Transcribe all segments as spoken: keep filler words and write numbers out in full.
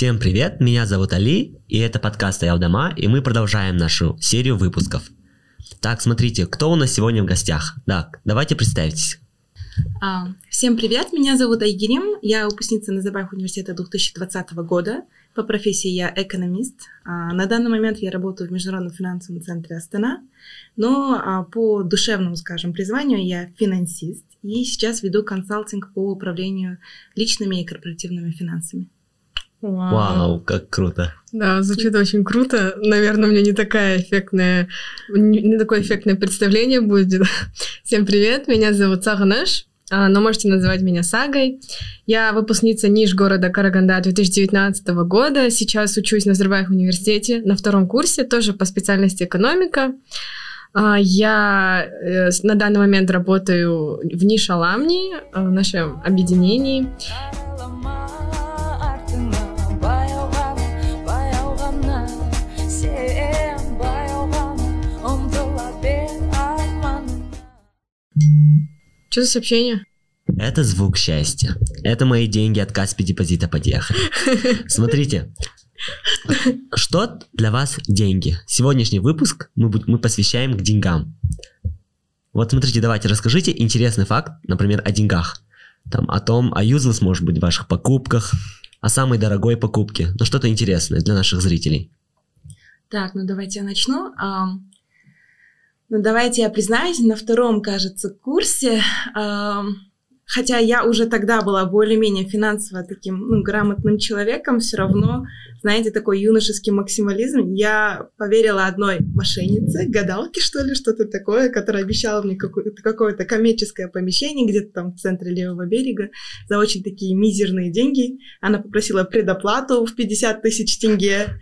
Всем привет, меня зовут Али, и это подкаст Аялдама, и мы продолжаем нашу серию выпусков. Так, смотрите, кто у нас сегодня в гостях? Так, давайте представьтесь. А, всем привет, меня зовут Айгерим, я выпускница Назарбаев университета две тысячи двадцатого года. По профессии я экономист. А, на данный момент я работаю в Международном финансовом центре Астана, но а, по душевному, скажем, призванию я финансист и сейчас веду консалтинг по управлению личными и корпоративными финансами. Вау. Вау, как круто. Да, звучит очень круто. Наверное, у меня не такая эффектная, не такое эффектное представление будет. Всем привет, меня зовут Саганаш, но можете называть меня Сагой. Я выпускница НИШ города Караганда две тысячи девятнадцатого года. Сейчас учусь на Назарбаев университете на втором курсе, тоже по специальности экономика. Я на данный момент работаю в НИШ Аламни, в нашем объединении. Что за сообщение? Это звук счастья. Это мои деньги от Каспи депозита подъехали. Смотрите, что для вас деньги? Сегодняшний выпуск мы, мы посвящаем к деньгам. Вот смотрите, давайте расскажите интересный факт, например, о деньгах. Там, о том, о useless, может быть, ваших покупках, о самой дорогой покупке. Ну, что-то интересное для наших зрителей. Так, ну давайте я начну. Ну, давайте я признаюсь, на втором, кажется, курсе, э, хотя я уже тогда была более-менее финансово таким, ну, грамотным человеком, все равно, знаете, такой юношеский максимализм. Я поверила одной мошеннице, гадалке, что ли, что-то такое, которая обещала мне какое-то, какое-то коммерческое помещение где-то там в центре левого берега за очень такие мизерные деньги. Она попросила предоплату в пятьдесят тысяч тенге.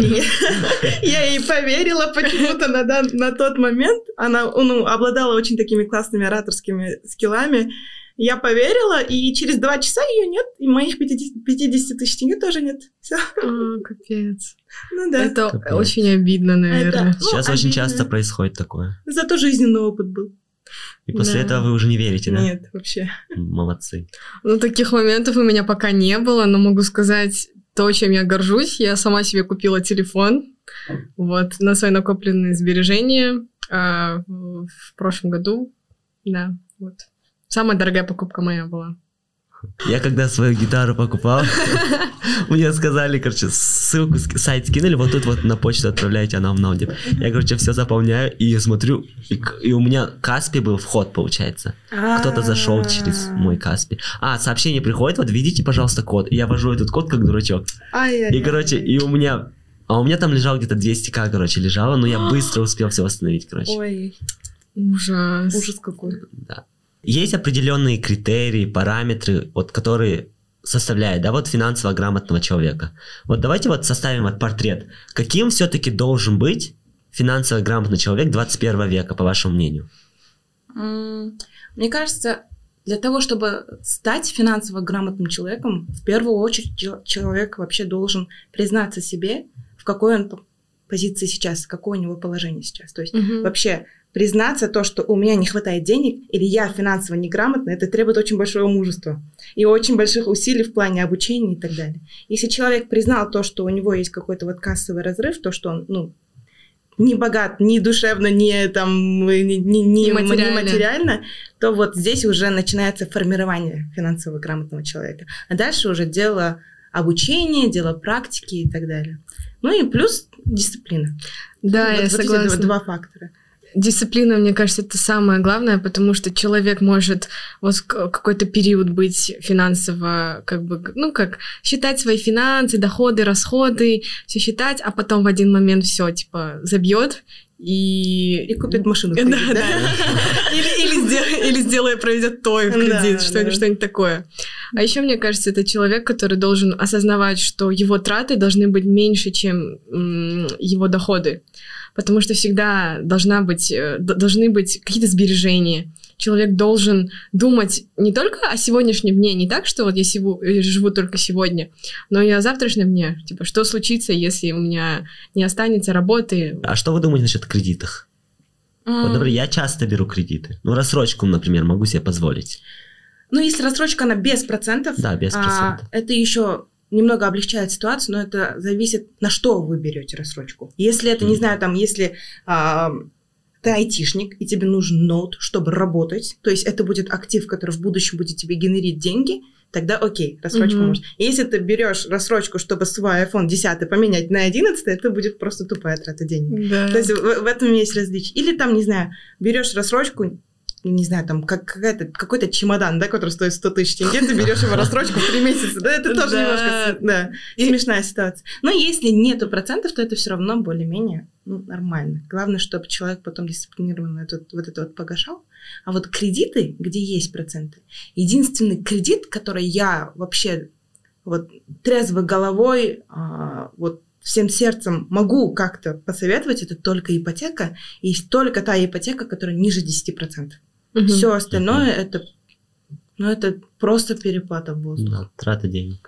Я ей поверила почему-то на тот момент. Она обладала очень такими классными ораторскими скиллами. Я поверила, и через два часа ее нет, и моих пятьдесят тысяч тенге тоже нет. Все. О, капец. Ну да. Это капец. Очень обидно, наверное. Это, Сейчас ну, очень обидно. часто происходит такое. Зато жизненный опыт был. И после Да. этого вы уже не верите, да? Нет, вообще. Молодцы. Ну, таких моментов у меня пока не было, но могу сказать то, чем я горжусь. Я сама себе купила телефон, вот, на свои накопленные сбережения а, в, в прошлом году. Да, вот. Самая дорогая покупка моя была. Я когда свою гитару покупал, мне сказали, короче, ссылку, сайт скинули, вот тут вот на почту отправляйте, она в ноутбук. Я, короче, все заполняю, и я смотрю, и, и у меня Каспи был вход, получается. Кто-то зашел через мой Каспи. А, сообщение приходит, вот видите, пожалуйста, код. И я ввожу этот код как дурачок. И, короче, и у меня... А у меня там лежал где-то двести тысяч, короче, лежало, но я быстро успел все восстановить, короче. Ой, ужас. Ужас какой. Да. Есть определенные критерии, параметры, вот, которые составляют, да, вот финансово грамотного человека. Вот давайте вот составим вот портрет. Каким все-таки должен быть финансово грамотный человек двадцать первого века, по вашему мнению? Мне кажется, для того, чтобы стать финансово грамотным человеком, в первую очередь человек вообще должен признаться себе, в какой он позиции сейчас, какое у него положение сейчас. То есть угу. вообще признаться то, что у меня не хватает денег, или я финансово неграмотна, это требует очень большого мужества и очень больших усилий в плане обучения и так далее. Если человек признал то, что у него есть какой-то вот кассовый разрыв, то, что он, ну, не богат ни душевно, ни, там, ни, ни, ни, материально. ни материально, то вот здесь уже начинается формирование финансово грамотного человека. А дальше уже дело обучения, дело практики и так далее. Ну и плюс дисциплина. Да, вот, я вот согласна. Эти два фактора. Дисциплина, мне кажется, это самое главное, потому что человек может вот какой-то период быть финансово, как бы, ну, как считать свои финансы, доходы, расходы, все считать, а потом в один момент все, типа, забьет и... И купит машину. Да, да. Или сделает, проведет той в кредит, что-нибудь такое. А еще, мне кажется, это человек, который должен осознавать, что его траты должны быть меньше, чем его доходы. Потому что всегда должна быть, должны быть какие-то сбережения. Человек должен думать не только о сегодняшнем дне, не так, что вот я, сего, я живу только сегодня, но и о завтрашнем дне. Типа, что случится, если у меня не останется работы? А что вы думаете насчет кредитов? Mm. Вот, например, я часто беру кредиты. Ну, рассрочку, например, могу себе позволить. Ну, если рассрочка, она без процентов, да, без процентов. А, это еще немного облегчает ситуацию, но это зависит, на что вы берете рассрочку. Если это, не знаю, там, если а, ты айтишник, и тебе нужен ноут, чтобы работать, то есть это будет актив, который в будущем будет тебе генерить деньги, тогда окей, рассрочку mm-hmm. можешь. Если ты берешь рассрочку, чтобы свой айфон десять поменять на одиннадцать, это будет просто тупая трата денег. Да. То есть в, в этом есть различие. Или там, не знаю, берешь рассрочку, не знаю, там как, какая-то, какой-то чемодан, да, который стоит сто тысяч тенге, ты берешь его рассрочку в три месяца, да, это тоже немножко да, смешная ситуация. Но если нету процентов, то это все равно более-менее ну, нормально. Главное, чтобы человек потом дисциплинированно этот, вот это вот погашал. А вот кредиты, где есть проценты, единственный кредит, который я вообще вот трезвой головой, а, вот всем сердцем могу как-то посоветовать, это только ипотека, и есть только та ипотека, которая ниже десять процентов. Угу. Все остальное угу. это, ну, это просто переплата в воздух. Да, трата денег.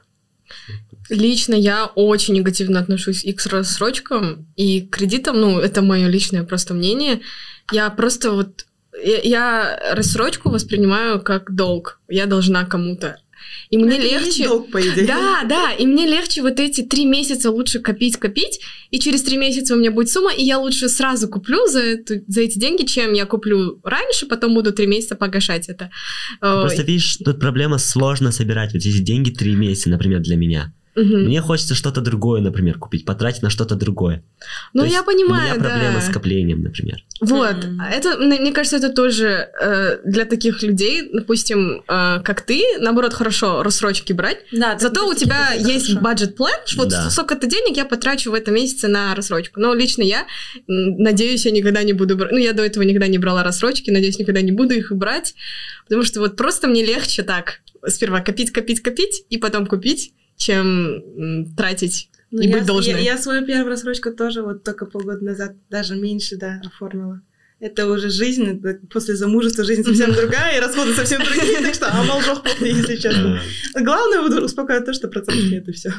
Лично я очень негативно отношусь и к рассрочкам, и к кредитам, ну, это мое личное просто мнение. Я просто вот, я, я рассрочку воспринимаю как долг, я должна кому-то. И мне это легче... Есть долг, по идее. Да, да, и мне легче вот эти три месяца лучше копить-копить, и через три месяца у меня будет сумма, и я лучше сразу куплю за, эту, за эти деньги, чем я куплю раньше, потом буду три месяца погашать это. Просто видишь, тут проблема сложно собирать вот эти деньги три месяца, например, для меня. Угу. Мне хочется что-то другое, например, купить, потратить на что-то другое. Ну, я понимаю, да. У меня проблема да. с коплением, например. Вот, mm. это, мне кажется, это тоже э, для таких людей, допустим, э, как ты, наоборот, хорошо рассрочки брать. Да, зато у тебя есть баджет-план, вот да. столько-то денег я потрачу в этом месяце на рассрочку. Но лично я, надеюсь, я никогда не буду брать, ну, я до этого никогда не брала рассрочки, надеюсь, никогда не буду их брать, потому что вот просто мне легче так, сперва копить, копить, копить, и потом купить, чем м, тратить ну, и я, быть должной. Я, я свою первую рассрочку тоже вот только полгода назад, даже меньше, да, оформила. Это уже жизнь, это после замужества жизнь совсем другая, и расходы совсем другие, так что амалжох, если честно. Главное успокаивать то, что процентов нет, и все.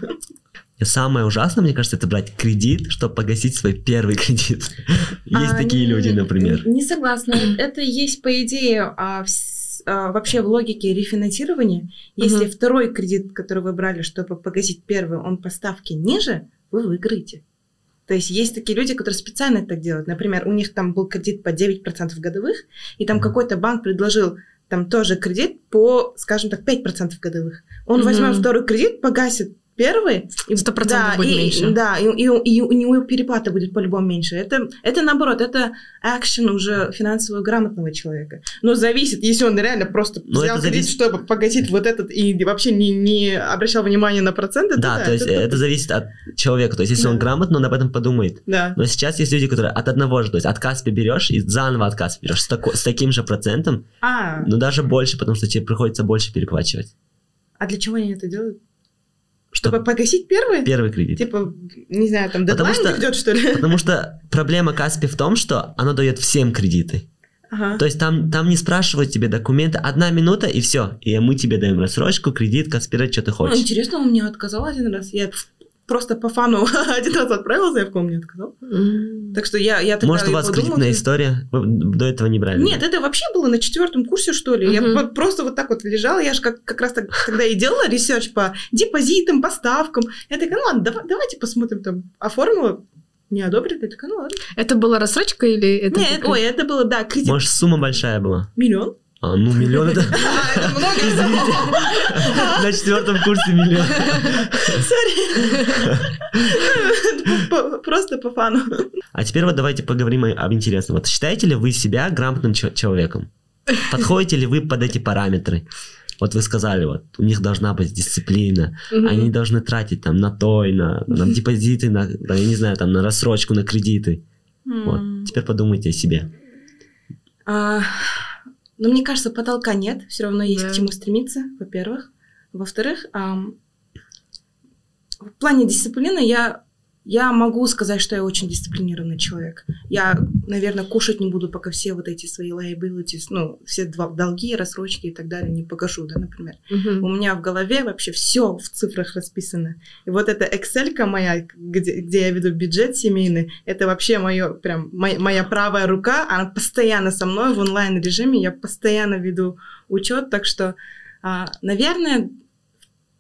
И самое ужасное, мне кажется, это брать кредит, чтобы погасить свой первый кредит. Есть такие люди, например. Не согласна. Это есть, по идее, вообще в логике рефинансирования. Если uh-huh. второй кредит, который вы брали, чтобы погасить первый, он по ставке ниже, вы выиграете. То есть есть такие люди, которые специально так делают. Например, у них там был кредит по девять процентов годовых, и там uh-huh. какой-то банк предложил там тоже кредит по, скажем так, пять процентов годовых. Он uh-huh. возьмет второй кредит, погасит первый, сто процентов да, будет и, меньше. Да, и, и, и у него переплата будет по-любому меньше. Это, это наоборот, это экшен уже финансово грамотного человека. Но зависит, если он реально просто Но взял кредит, зависит... чтобы погасить вот этот, и вообще не, не обращал внимания на проценты. Да, то, то да, есть это, это зависит от человека. То есть если да. он грамотно, он об этом подумает. Да. Но сейчас есть люди, которые от одного же, то есть от Каспи берешь и заново от Каспи берешь с, тако, с таким же процентом, а. но даже больше, потому что тебе приходится больше переплачивать. А для чего они это делают? Чтобы погасить первый? Первый кредит. Типа, не знаю, там дедлайн идет, что ли? Потому что проблема Каспи в том, что оно дает всем кредиты. Ага. То есть там, там не спрашивают тебе документы, одна минута и все. И мы тебе даем рассрочку, кредит, Каспирать, что ты хочешь. Ну, интересно, он мне отказал один раз. Я просто по фану один раз отправила заявку, он мне отказал. Mm. Так что я, я тогда Может, у вас подумала, кредитная что... история? Вы до этого не брали? Нет, это вообще было на четвертом курсе, что ли. Uh-huh. Я просто вот так вот лежала. Я же как, как раз так, тогда и делала ресерч по депозитам, по ставкам. Я такая, ну ладно, давай, давайте посмотрим там. Оформила. Не одобрили, я такая, ну ладно. Это была рассрочка или это? Нет, ой, это было, да, кредит. Может, сумма большая была? Миллион. А, ну миллион это... Это много. Извините. На четвертом курсе миллион. Сори. Просто по фану. А теперь вот давайте поговорим об интересном. Вот считаете ли вы себя грамотным человеком? Подходите ли вы под эти параметры? Вот вы сказали, вот, у них должна быть дисциплина, mm-hmm. они должны тратить там на то, и на, на депозиты, на, я не знаю, там на рассрочку, на кредиты. Mm-hmm. Вот, теперь подумайте о себе. Uh... Но мне кажется, потолка нет, все равно есть да. к чему стремиться, во-первых. Во-вторых, эм, в плане дисциплины я, я могу сказать, что я очень дисциплинированный человек. Я, наверное, кушать не буду, пока все вот эти свои liabilities, ну, все долги, рассрочки и так далее не погашу, да, например. Uh-huh. У меня в голове вообще все в цифрах расписано. И вот эта Excel-ка моя, где, где я веду бюджет семейный, это вообще моё, прям, моя, моя правая рука, она постоянно со мной в онлайн-режиме, я постоянно веду учет, так что, а, наверное,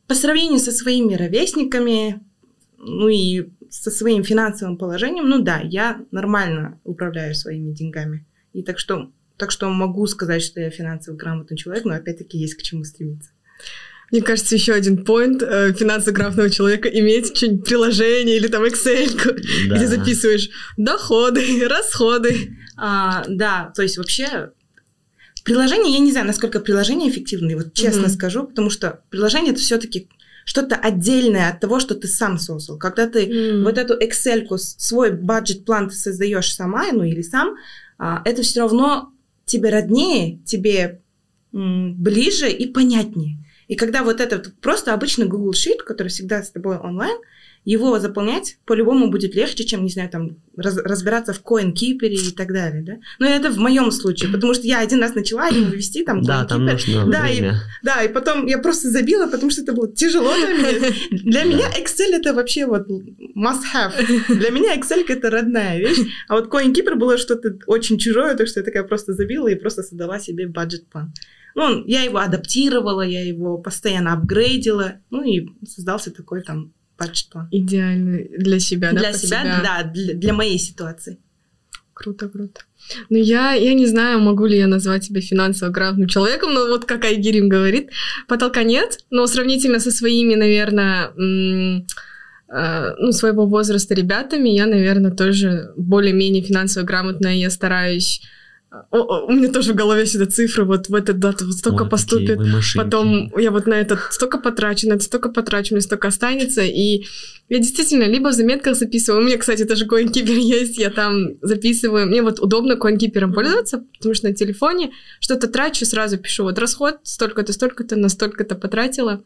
по сравнению со своими ровесниками, ну и со своим финансовым положением, ну да, я нормально управляю своими деньгами. И так что, так что могу сказать, что я финансово грамотный человек, но опять-таки есть к чему стремиться. Мне кажется, еще один поинт э, финансово грамотного человека — иметь что-нибудь приложение или там Excel, да, где записываешь доходы, расходы. А, да, то есть вообще приложение, я не знаю, насколько приложения эффективны, вот честно mm-hmm. скажу, потому что приложение — это все-таки что-то отдельное от того, что ты сам создал. Когда ты mm. вот эту Excel-ку, свой бюджет-план ты создаешь сама, ну или сам, а, это все равно тебе роднее, тебе м, ближе и понятнее. И когда вот этот просто обычный Google Sheet, который всегда с тобой онлайн, его заполнять по-любому будет легче, чем, не знаю, там, раз, разбираться в CoinKeeper и так далее, да? Но это в моем случае, потому что я один раз начала его вести, там, да, там нужно да, время. И, да, и потом я просто забила, потому что это было тяжело для меня. Для меня Excel это вообще вот must have. Для меня Excel это родная вещь, а вот CoinKeeper было что-то очень чужое, так что я такая просто забила и просто создала себе бюджет-план. Ну, я его адаптировала, я его постоянно апгрейдила, ну и создался такой там бюджет-план. Идеальный для себя, для да? Для себя, себя, да, для, для моей ситуации. Круто, круто. Ну, я, я не знаю, могу ли я назвать себя финансово грамотным человеком, но вот как Айгерим говорит, потолка нет, но сравнительно со своими, наверное, м- э, ну, своего возраста ребятами, я, наверное, тоже более-менее финансово грамотная, я стараюсь... О, о, у меня тоже в голове сюда цифры, вот в этот дату вот столько Ой, поступит, потом я вот на этот столько потрачу, на это столько потрачу, мне столько останется, и я действительно либо в заметках записываю, у меня, кстати, тоже CoinKeeper есть, я там записываю, мне вот удобно CoinKeeper пользоваться, потому что на телефоне что-то трачу, сразу пишу, вот расход столько-то, столько-то, на столько-то потратила,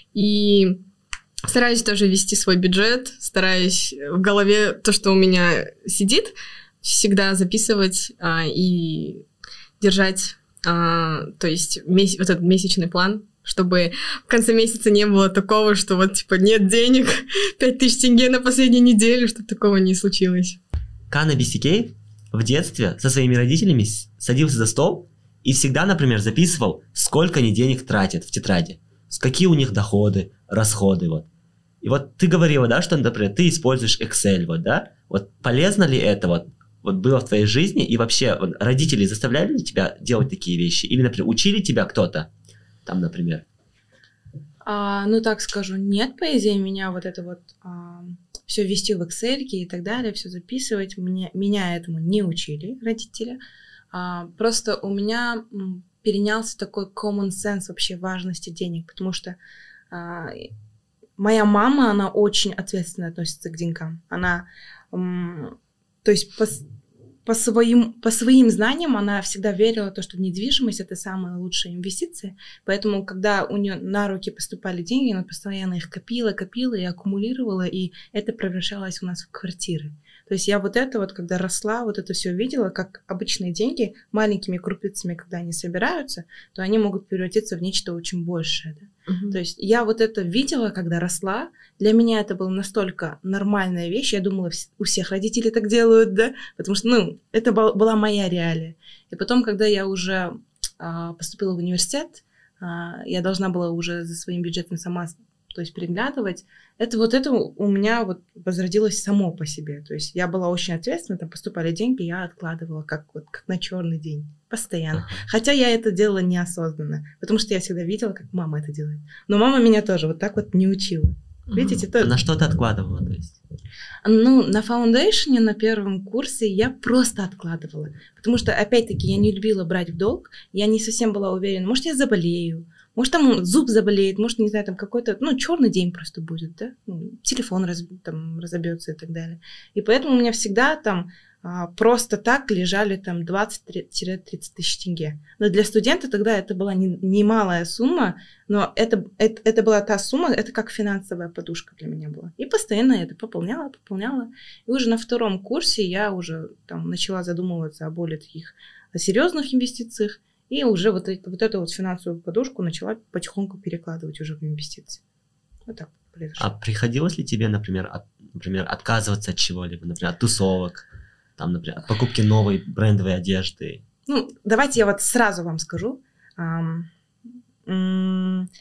и стараюсь тоже вести свой бюджет, стараюсь в голове то, что у меня сидит, всегда записывать а, и держать, а, то есть меся- вот этот месячный план, чтобы в конце месяца не было такого, что вот типа нет денег, пять тысяч тенге на последнюю неделю, чтобы такого не случилось. Кана Бисикей в детстве со своими родителями садился за стол и всегда, например, записывал, сколько они денег тратят в тетради, какие у них доходы, расходы, вот. И вот ты говорила, да, что, например, ты используешь Excel, вот, да? Вот полезно ли это, вот, вот было в твоей жизни, и вообще вот, родители заставляли ли тебя делать такие вещи? Или, например, учили тебя кто-то, там, например? А, ну, так скажу, нет, по идее, меня вот это вот а, все вести в Excel и так далее, все записывать, мне, меня этому не учили родители. А, просто у меня м, перенялся такой common sense вообще важности денег, потому что а, моя мама, она очень ответственно относится к деньгам. Она, м, то есть, по, по, своим, по своим знаниям она всегда верила в то, что недвижимость — это самая лучшая инвестиция. Поэтому, когда у нее на руки поступали деньги, она постоянно их копила, копила и аккумулировала, и это превращалось у нас в квартиры. То есть я вот это вот, когда росла, вот это все видела, как обычные деньги маленькими крупицами, когда они собираются, то они могут превратиться в нечто очень большее. Да? Uh-huh. То есть я вот это видела, когда росла. Для меня это была настолько нормальная вещь. Я думала, у всех родителей так делают, да, потому что, ну, это была моя реалия. И потом, когда я уже а, поступила в университет, а, я должна была уже за своим бюджетом сама, то есть приглядывать. Это вот это у меня вот возродилось само по себе. То есть я была очень ответственна, там поступали деньги, я откладывала как, вот, как на черный день. Постоянно. Хотя я это делала неосознанно, потому что я всегда видела, как мама это делает. Но мама меня тоже вот так вот не учила. Видите? А на что ты откладывала, то есть? Ну, на фаундейшене, на первом курсе я просто откладывала. Потому что, опять-таки, я не любила брать в долг. Я не совсем была уверена, может, я заболею, может, там зуб заболеет, может, не знаю, там какой-то, ну, черный день просто будет, да? Ну, телефон раз, там, разобьется и так далее. И поэтому у меня всегда там а, просто так лежали там двадцать-тридцать тысяч тенге. Но для студента тогда это была не, немалая сумма, но это, это, это была та сумма, это как финансовая подушка для меня была. И постоянно я это пополняла, пополняла. И уже на втором курсе я уже там начала задумываться о более таких о серьезных инвестициях. И уже вот, это, вот эту вот финансовую подушку начала потихоньку перекладывать уже в инвестиции. Вот так произошло. А приходилось ли тебе, например, от, например, отказываться от чего-либо, например, от тусовок, там, например, от покупки новой брендовой одежды? Ну, давайте я вот сразу вам скажу. Ам, м-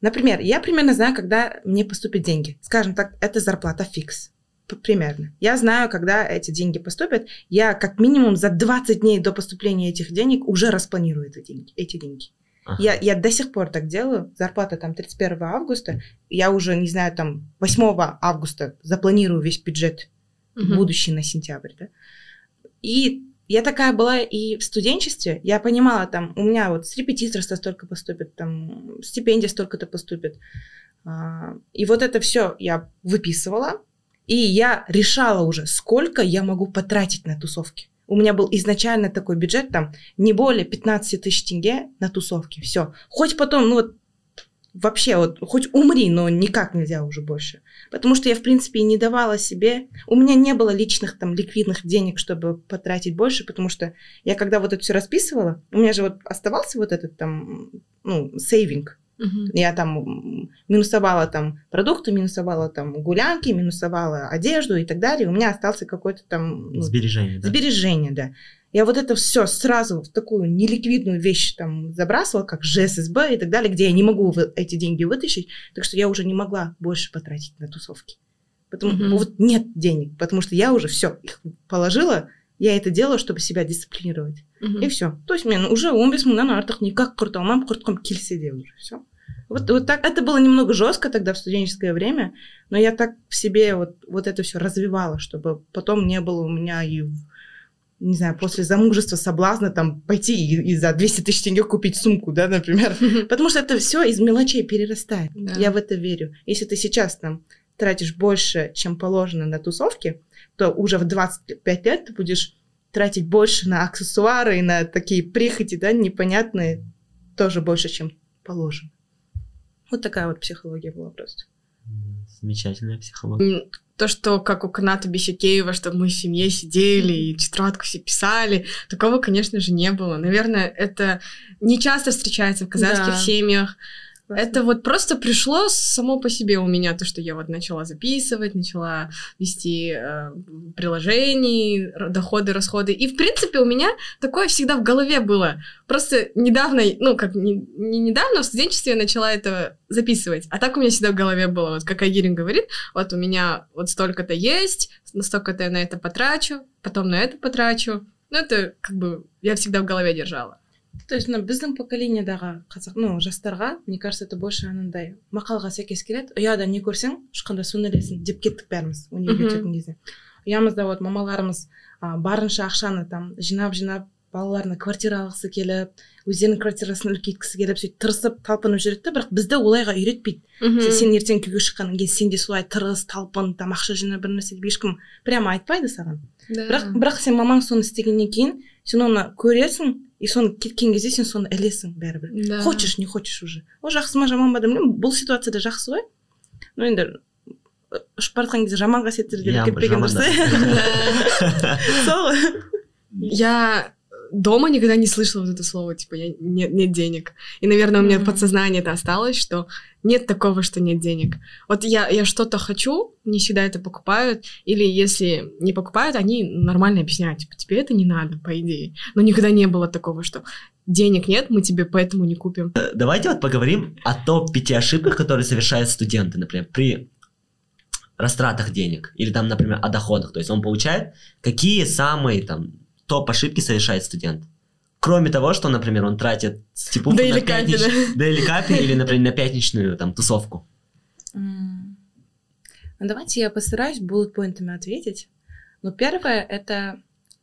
например, я примерно знаю, когда мне поступят деньги. Скажем так, это зарплата фикс. Примерно. Я знаю, когда эти деньги поступят. Я как минимум за двадцать дней до поступления этих денег уже распланирую эти деньги. Эти деньги. Ага. Я, я до сих пор так делаю. Зарплата там тридцать первого августа. Я уже, не знаю, там восьмого августа запланирую весь бюджет угу. будущий на сентябрь. Да? И я такая была и в студенчестве. Я понимала, там, у меня вот с репетиторства столько поступит, там, стипендия столько-то поступит. И вот это все я выписывала. И я решала уже, сколько я могу потратить на тусовки. У меня был изначально такой бюджет, там, не более пятнадцать тысяч тенге на тусовки. Все. Хоть потом, ну вот, вообще, вот, хоть умри, но никак нельзя уже больше. Потому что я, в принципе, и не давала себе... У меня не было личных, там, ликвидных денег, чтобы потратить больше, потому что я, когда вот это все расписывала, у меня же вот оставался вот этот, там, ну, сейвинг. Uh-huh. Я там минусовала там продукты, минусовала там гулянки, минусовала одежду и так далее. У меня остался какой-то там... Ну, сбережение, да? Сбережение, да. Я вот это все сразу в такую неликвидную вещь там забрасывала, как ЖССБ и так далее, где я не могу эти деньги вытащить, так что я уже не могла больше потратить на тусовки. Потому что uh-huh. вот нет денег, потому что я уже все их положила, я это делаю, чтобы себя дисциплинировать. Uh-huh. И все. То есть мен уже он без мыңнан артық никак құрталмам, құртқым келсе де уже все. Вот, вот так. Это было немного жестко тогда в студенческое время, но я так в себе вот, вот это все развивала, чтобы потом не было у меня и, не знаю, после замужества соблазна там пойти и, и за двести тысяч тенге купить сумку, да, например. Потому что это все из мелочей перерастает. Да. Я в это верю. Если ты сейчас там тратишь больше, чем положено на тусовки, то уже в двадцать пять лет ты будешь тратить больше на аксессуары и на такие прихоти, да, непонятные, тоже больше, чем положено. Вот такая вот психология была просто. Замечательная психология. То, что как у Каната Бисекеева, что мы в семье сидели и тетрадку все писали, такого, конечно же, не было. Наверное, это не часто встречается в казахских да. семьях. Это вот просто пришло само по себе у меня, то, что я вот начала записывать, начала вести э, приложения, доходы, расходы. И, в принципе, у меня такое всегда в голове было. Просто недавно, ну, как не, не недавно, в студенчестве я начала это записывать. А так у меня всегда в голове было, вот как Айгерин говорит, вот у меня вот столько-то есть, столько-то я на это потрачу, потом на это потрачу. Ну, это как бы я всегда в голове держала. То есть, ну, біздің поколениедағы қазақ, ну, жастарға, мне кажется, это больше анандай мақалға сәйкес келеді. Ұяда не көрсең, ешқандай соны ілесің деп кеттік бәріміз университеттің кезде. Ұямызда вот мамаларымыз а, барынша ақшаны там жинап-жинап балаларына квартира алғысы келіп, өздерінің квартирасын үлкейткісі келіп, сөйтіп тырысып талпынып жүреді, бірақ бізді олайға үйретпейді. Сен ертең күйеуге шыққаннан кейін сен де солай тырыс, талпын, там ақша жина бір нәрсе деп ешкім прямо айтпайды саған. Бірақ, бірақ сен мамаң соны істегеннен кейін сен оны көресің, и соны кеткен кезде сен соны ілесің бәрібір. Да. Хочешь, не хочешь уже. Ол жақсы ма жаман ба білмеймін, бұл ситуацияда жақсы ғой. Ну енді ұшып бара жатқан кезде жаман қасиеттерді кетпеген дұрыс. Сол ғой. Я дома никогда не слышала вот это слово, типа, я, нет, нет денег. И, наверное, у меня mm-hmm. в подсознании это осталось, что нет такого, что нет денег. Вот я, я что-то хочу, не всегда это покупают, или если не покупают, они нормально объясняют, типа, тебе это не надо, по идее. Но никогда не было такого, что денег нет, мы тебе поэтому не купим. Давайте вот поговорим о топ пяти ошибках, которые совершают студенты, например, при растратах денег, или там, например, о доходах. То есть он получает, какие самые там топ-ошибки совершает студент. Кроме того, что, например, он тратит стипендию да на пятнич... да или капи, или, например, на пятничную там тусовку. Mm. Ну, давайте я постараюсь буллет-поинтами ответить. Но первое — это,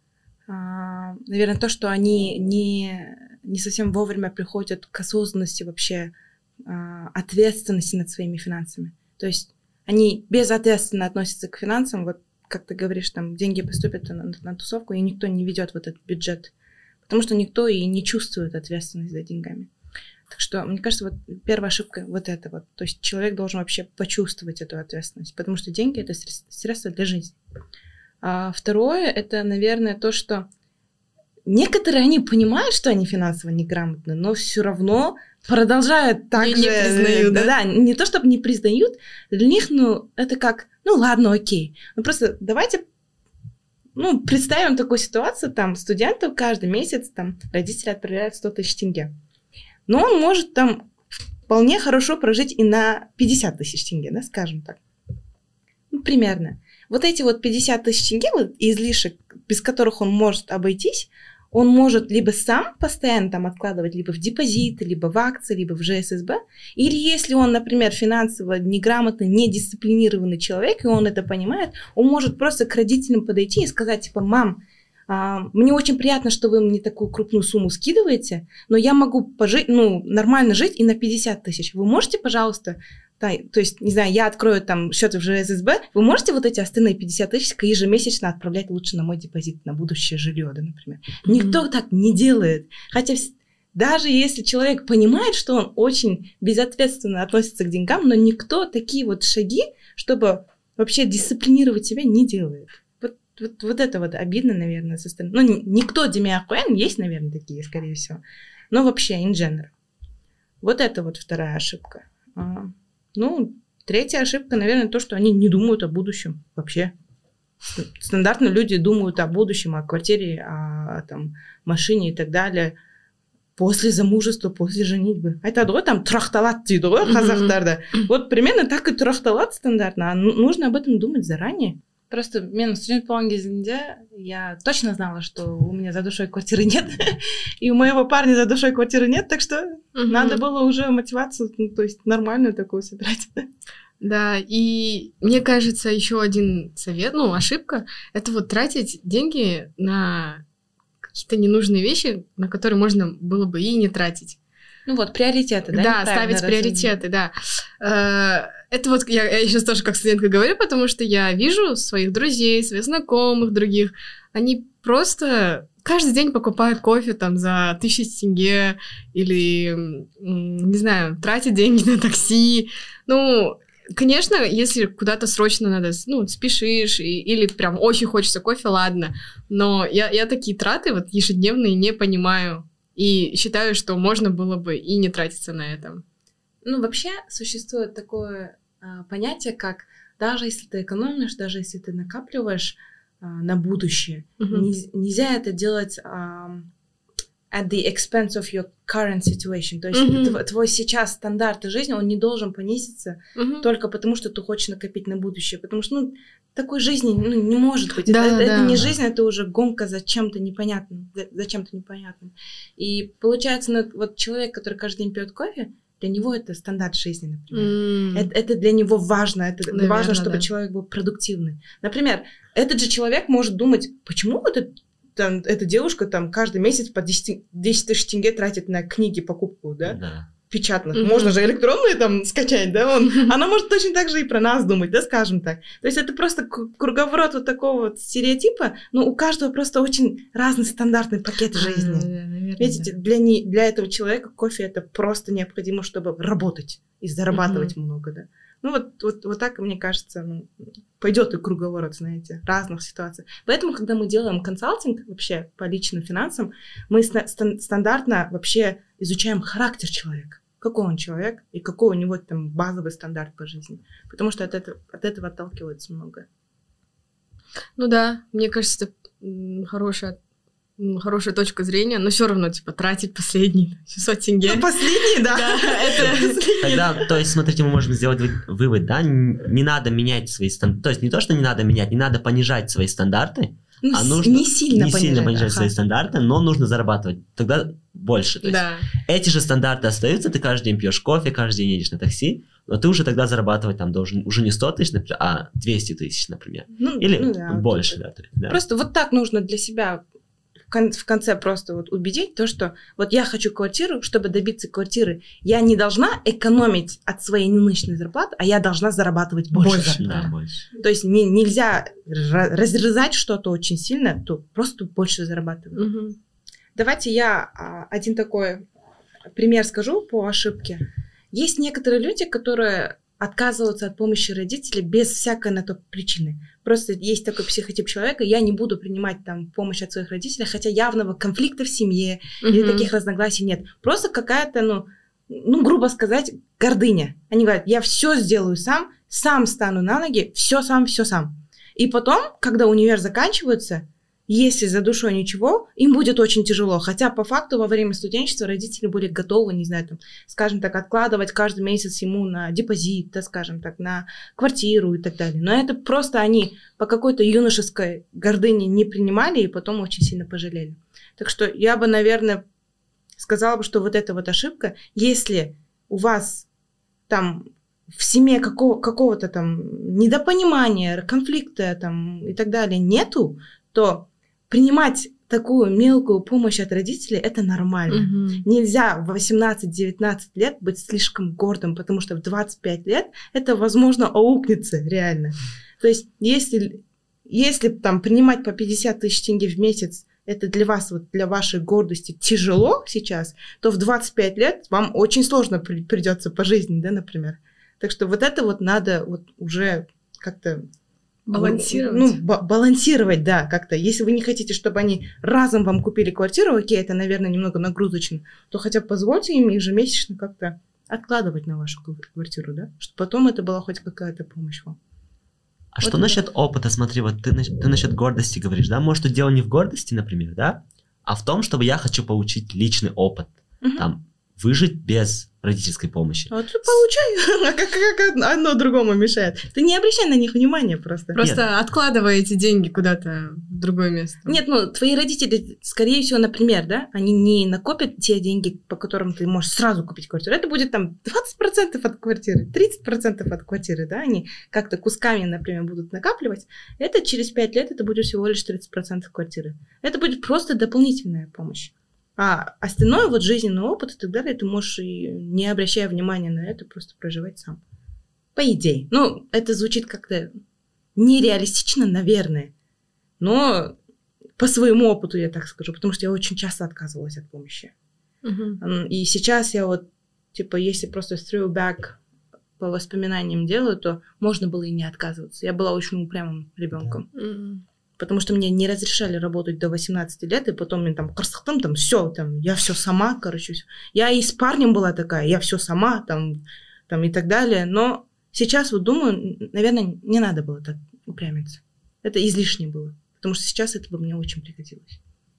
а, наверное, то, что они не, не совсем вовремя приходят к осознанности вообще, а, ответственности над своими финансами. То есть они безответственно относятся к финансам, вот как ты говоришь, там деньги поступят на, на, на тусовку, и никто не ведет вот этот бюджет. Потому что никто и не чувствует ответственность за деньгами. Так что, мне кажется, вот первая ошибка вот это вот. То есть человек должен вообще почувствовать эту ответственность, потому что деньги — это средства для жизни. А второе — это, наверное, то, что некоторые, они понимают, что они финансово неграмотны, но все равно продолжают так не, же... Не признают, да? Да, не то, чтобы не признают, для них, ну, это как, ну, ладно, окей. Ну, просто давайте, ну, представим такую ситуацию, там, студенту каждый месяц, там, родители отправляют сто тысяч тенге. Но он может, там, вполне хорошо прожить и на пятьдесят тысяч тенге, да, скажем так. Ну, примерно. Вот эти вот пятьдесят тысяч тенге, вот, излишек, без которых он может обойтись, он может либо сам постоянно там откладывать, либо в депозиты, либо в акции, либо в жэ эс эс бэ, или если он, например, финансово неграмотный, недисциплинированный человек, и он это понимает, он может просто к родителям подойти и сказать, типа, мам, а, мне очень приятно, что вы мне такую крупную сумму скидываете, но я могу пожить, ну, нормально жить и на пятьдесят тысяч. Вы можете, пожалуйста, да, то есть, не знаю, я открою там счет в жэ эс эс бэ, вы можете вот эти остальные пятьдесят тысяч ежемесячно отправлять лучше на мой депозит, на будущее жилье, да, например. Mm-hmm. Никто так не делает. Хотя даже если человек понимает, что он очень безответственно относится к деньгам, но никто такие вот шаги, чтобы вообще дисциплинировать себя, не делает. Вот, вот, вот это вот обидно, наверное, со стороны. Ну, никто Демиа Куэн, есть, наверное, такие, скорее всего. Но вообще, in general. Вот это вот вторая ошибка. Ну, третья ошибка, наверное, то, что они не думают о будущем вообще. Стандартно люди думают о будущем, о квартире, о там, машине и так далее после замужества, после женитьбы. Айтады ғой, там тұрақталады дейді ғой қазақтарда. Вот примерно так и тұрақталады стандартно. А нужно об этом думать заранее. Просто мен студент болған кезінде я точно знала, что у меня за душой квартиры нет, и у моего парня за душой квартиры нет, так что mm-hmm. надо было уже мотивацию, ну, то есть нормальную такую собирать. Да, и мне кажется, еще один совет, ну, ошибка, это вот тратить деньги на какие-то ненужные вещи, на которые можно было бы и не тратить. Ну вот, приоритеты, да? Да, ставить приоритеты, да. Это вот я, я сейчас тоже как студентка говорю, потому что я вижу своих друзей, своих знакомых, других, они просто каждый день покупают кофе там за тысячу тенге или, не знаю, тратят деньги на такси. Ну, конечно, если куда-то срочно надо, ну, спешишь и, или прям очень хочется кофе, ладно, но я, я такие траты вот ежедневные не понимаю. И считаю, что можно было бы и не тратиться на это. Ну, вообще существует такое а, понятие, как даже если ты экономишь, даже если ты накапливаешь а, на будущее, uh-huh. не, нельзя это делать а, at the expense of your current situation. То есть uh-huh. твой, твой сейчас стандарт жизни, он не должен понизиться uh-huh. только потому, что ты хочешь накопить на будущее. Потому что, ну, такой жизни ну, не может быть. Да, это, да. это не жизнь, это уже гонка за чем-то непонятным. За, за чем-то непонятным. И получается, ну, вот человек, который каждый день пьет кофе, для него это стандарт жизни, например. Mm. Это, это для него важно. Это Наверное, важно, чтобы да. человек был продуктивный. Например, этот же человек может думать, почему этот, там, эта девушка там каждый месяц по десять тысяч тенге тратит на книги, покупку, да? Да. Печатных. Mm-hmm. Можно же электронные там скачать, да? Он, она может точно так же и про нас думать, да, скажем так. То есть это просто круговорот вот такого вот стереотипа, но у каждого просто очень разный стандартный пакет жизни. Mm-hmm, наверное, Видите, да. для, не, для этого человека кофе это просто необходимо, чтобы работать и зарабатывать mm-hmm. много, да. Ну вот, вот, вот так, мне кажется, ну, пойдет и круговорот, знаете, разных ситуаций. Поэтому, когда мы делаем консалтинг вообще по личным финансам, мы ст- стандартно вообще изучаем характер человека. Какой он человек и какой у него там базовый стандарт по жизни. Потому что от этого, от этого отталкивается много. Ну да, мне кажется, это хорошая, хорошая точка зрения, но все равно, типа, тратить последние шестьсот тенге. Ну, последние, да. Тогда, то есть, смотрите, мы можем сделать вывод, да, не надо менять свои стандарты. То есть, не то, что не надо менять, не надо понижать свои стандарты, ну, а нужно не сильно не понижать, сильно понижать ага. свои стандарты, но нужно зарабатывать. Тогда больше. То есть да. эти же стандарты остаются, ты каждый день пьешь кофе, каждый день едешь на такси, но ты уже тогда зарабатывать там должен уже не сто тысяч, например, а двести тысяч, например. Ну, Или ну, да, больше. Вот да, то есть, да. Просто вот так нужно для себя в конце просто вот убедить то, что вот я хочу квартиру, чтобы добиться квартиры, я не должна экономить от своей нынешней зарплаты, а я должна зарабатывать больше. Больше, да, больше. То есть не, нельзя разрезать что-то очень сильно, то просто больше зарабатывать. Угу. Давайте я а, один такой пример скажу по ошибке. Есть некоторые люди, которые отказываются от помощи родителей без всякой на то причины. Просто есть такой психотип человека, я не буду принимать там помощь от своих родителей, хотя явного конфликта в семье mm-hmm. или таких разногласий нет. Просто какая-то, ну, ну, грубо сказать, гордыня. Они говорят, я все сделаю сам, сам стану на ноги, все сам, все сам. И потом, когда универ заканчивается, если за душой ничего, им будет очень тяжело. Хотя по факту во время студенчества родители были готовы, не знаю, там, скажем так, откладывать каждый месяц ему на депозит, да, скажем так, на квартиру и так далее. Но это просто они по какой-то юношеской гордыне не принимали и потом очень сильно пожалели. Так что я бы, наверное, сказала бы, что вот эта вот ошибка, если у вас там в семье какого- какого-то там недопонимания, конфликта там и так далее нету, то принимать такую мелкую помощь от родителей – это нормально. Мгм. Нельзя в восемнадцать-девятнадцать лет быть слишком гордым, потому что в двадцать пять лет это, возможно, аукнется реально. То есть если, если там принимать по пятьдесят тысяч тенге в месяц, это для вас, вот для вашей гордости тяжело сейчас, то в двадцать пять лет вам очень сложно при- придется по жизни, да, например. Так что вот это вот надо вот уже как-то Балансировать. Ну, ба- балансировать, да, как-то. Если вы не хотите, чтобы они разом вам купили квартиру, окей, это, наверное, немного нагрузочно, то хотя бы позвольте им ежемесячно как-то откладывать на вашу кв- квартиру, да, чтобы потом это была хоть какая-то помощь вам. А Вот что это. насчет опыта? Смотри, вот ты, нас- ты насчет гордости говоришь, да? Может, тут дело не в гордости, например, да? А в том, чтобы я хочу получить личный опыт. Мгм. Там, выжить без родительской помощи. А ты получай, а как, как одно другому мешает? Ты не обращай на них внимания просто. Просто откладываете деньги куда-то в другое место. Нет, ну, твои родители, скорее всего, например, да, они не накопят те деньги, по которым ты можешь сразу купить квартиру. Это будет там двадцать процентов от квартиры, тридцать процентов от квартиры, да, они как-то кусками, например, будут накапливать. Это через пять лет это будет всего лишь тридцать процентов квартиры. Это будет просто дополнительная помощь. А остальное, вот жизненный опыт и так далее, ты можешь, и не обращая внимания на это, просто проживать сам. По идее. Ну, это звучит как-то нереалистично, наверное. Но по своему опыту я так скажу, потому что я очень часто отказывалась от помощи. Мгм. М, И сейчас я вот, типа, если просто throwback по воспоминаниям делаю, то можно было и не отказываться. Я была очень упрямым ребенком. Мгм. Потому что мне не разрешали работать до восемнадцати лет, и потом мне там красотом, там все, там я все сама, короче. всё. Я и с парнем была такая, я все сама, там, там и так далее. Но сейчас вот думаю, н- наверное, не надо было так упрямиться. Это излишне было. Потому что сейчас это бы мне очень пригодилось.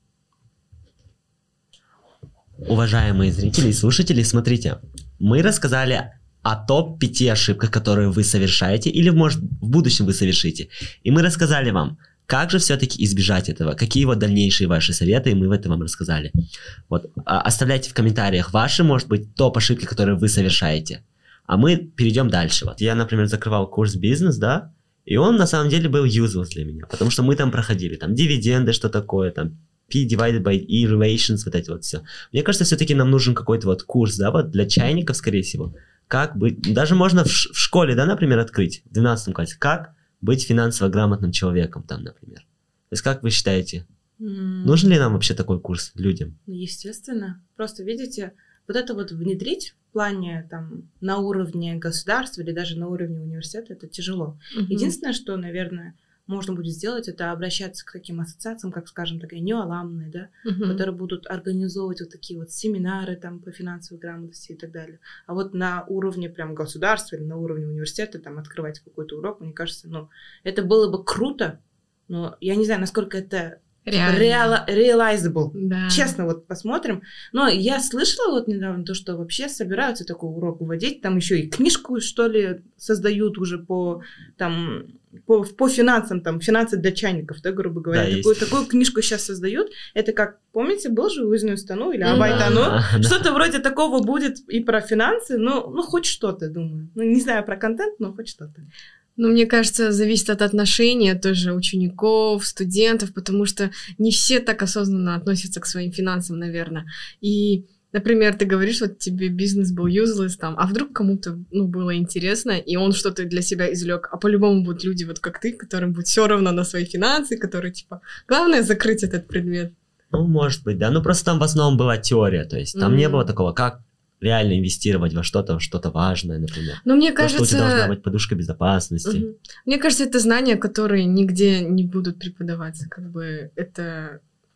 Уважаемые зрители и слушатели, смотрите, мы рассказали о топ пяти ошибках, которые вы совершаете или, может, в будущем вы совершите. И мы рассказали вам, как же все-таки избежать этого, какие вот дальнейшие ваши советы, и мы в этом вам рассказали. Вот, а, оставляйте в комментариях ваши, может быть, топ ошибки, которые вы совершаете. А мы перейдем дальше. Вот я, например, закрывал курс бизнес, да, и он на самом деле был useless для меня, потому что мы там проходили, там, дивиденды, что такое, там, P divided by E relations, вот эти вот все. Мне кажется, все-таки нам нужен какой-то вот курс, да, вот для чайников, скорее всего, как быть, даже можно в, ш- в школе, да, например, открыть, в двенадцатом классе, как быть финансово грамотным человеком там, например. То есть, как вы считаете, М, нужен ли нам вообще такой курс людям? Ну, естественно. Просто, видите, вот это вот внедрить в плане там на уровне государства или даже на уровне университета, это тяжело. Мгм. Единственное, что, наверное, можно будет сделать, это обращаться к таким ассоциациям, как, скажем, такая New Alumni, да, Мгм. которые будут организовывать вот такие вот семинары там по финансовой грамотности и так далее. А вот на уровне прям государства или на уровне университета там открывать какой-то урок, мне кажется, ну, это было бы круто, но я не знаю, насколько это Реально. реала- realizable. Да. Честно, вот посмотрим. Но я слышала вот недавно то, что вообще собираются такой урок вводить. Там еще и книжку, что ли, создают уже по, там, по, по финансам, там, финансы для чайников, да, грубо говоря. Да, такую, есть. такую книжку сейчас создают. Это как, помните, был же Уизную стану или Мгм. Абайтану? Да, да. Что-то вроде такого будет и про финансы, ну, ну, хоть что-то, думаю. Ну, не знаю про контент, но хоть что-то. Ну, мне кажется, зависит от отношения тоже учеников, студентов, потому что не все так осознанно относятся к своим финансам, наверное. И, например, ты говоришь, вот тебе бизнес был useless, там, а вдруг кому-то, ну, было интересно, и он что-то для себя извлек, а по-любому будут люди, вот как ты, которым будет все равно на свои финансы, которые, типа, главное закрыть этот предмет. Ну, может быть, да. Ну, просто там в основном была теория, то есть там не Мгм. было такого, как реально инвестировать во что-то, что-то важное, например. Но мне То, что у тебя должна кажется... быть подушка безопасности. Мгм. Мне кажется, это знания, которые нигде не будут преподаваться. Как бы это,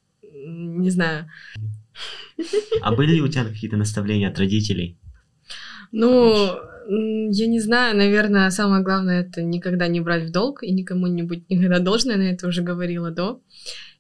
м, не знаю. А были ли у тебя какие-то наставления от родителей? Ну, м, я не знаю, наверное, самое главное это никогда не брать в долг и никому-нибудь никогда должное, на это уже говорила до.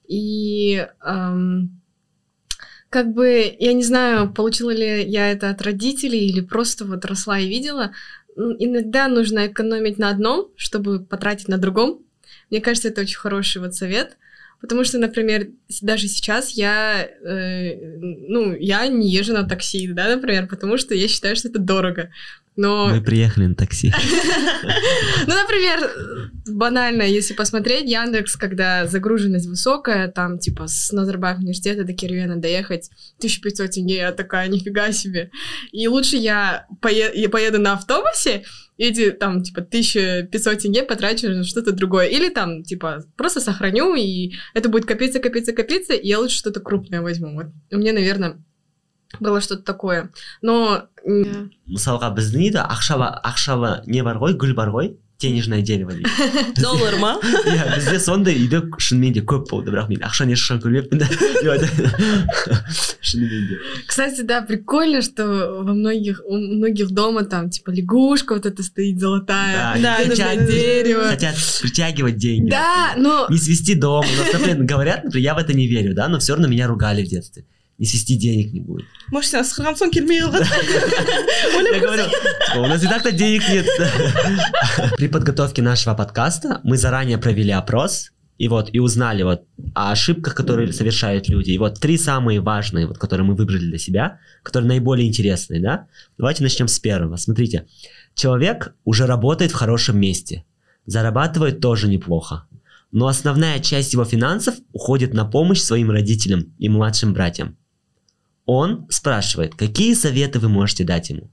И эм, как бы, я не знаю, получила ли я это от родителей или просто вот росла и видела, иногда нужно экономить на одном, чтобы потратить на другом. Мне кажется, это очень хороший вот совет, потому что, например, даже сейчас я, э, ну, я не езжу на такси, да, например, потому что я считаю, что это дорого. Но... Мы приехали на такси. Ну, например, банально, если посмотреть, Яндекс, когда загруженность высокая, там, типа, с Назарбаев университета до Кирвена доехать тысяча пятьсот тенге, я такая, нифига себе. И лучше я поеду на автобусе, эти, там, типа, тысяча пятьсот тенге потрачу на что-то другое. Или, там, типа, просто сохраню, и это будет копиться, копиться, копиться, и я лучше что-то крупное возьму. Вот у меня, наверное, было что-то такое. Но... Мысалға біздің үйде ақшаға ақшаға не бар ғой, гүл бар ғой, денежное дерево дейді. Доллар ма? Иә, бізде сондай үйде шынымен де көп болды, бірақ мен ақшаны ешқашан көрмеппін да. Шынымен де. Кстати, да, прикольно, что во многих, у многих дома там, типа, лягушка вот эта стоит золотая, да, хотят, дерево. Хотят притягивать деньги. Да, но... Не свести дом. У нас, например, говорят, например, я в это не верю, да, но все равно меня ругали в детстве. Не свести денег не будет. Может, с Храмсон Кирмейл. Я говорю, у нас и так-то денег нет. При подготовке нашего подкаста мы заранее провели опрос и вот и узнали вот о ошибках, которые совершают люди. И вот три самые важные, вот, которые мы выбрали для себя, которые наиболее интересные, да? Давайте начнем с первого. Смотрите, человек уже работает в хорошем месте, зарабатывает тоже неплохо, но основная часть его финансов уходит на помощь своим родителям и младшим братьям. Он спрашивает, какие советы вы можете дать ему?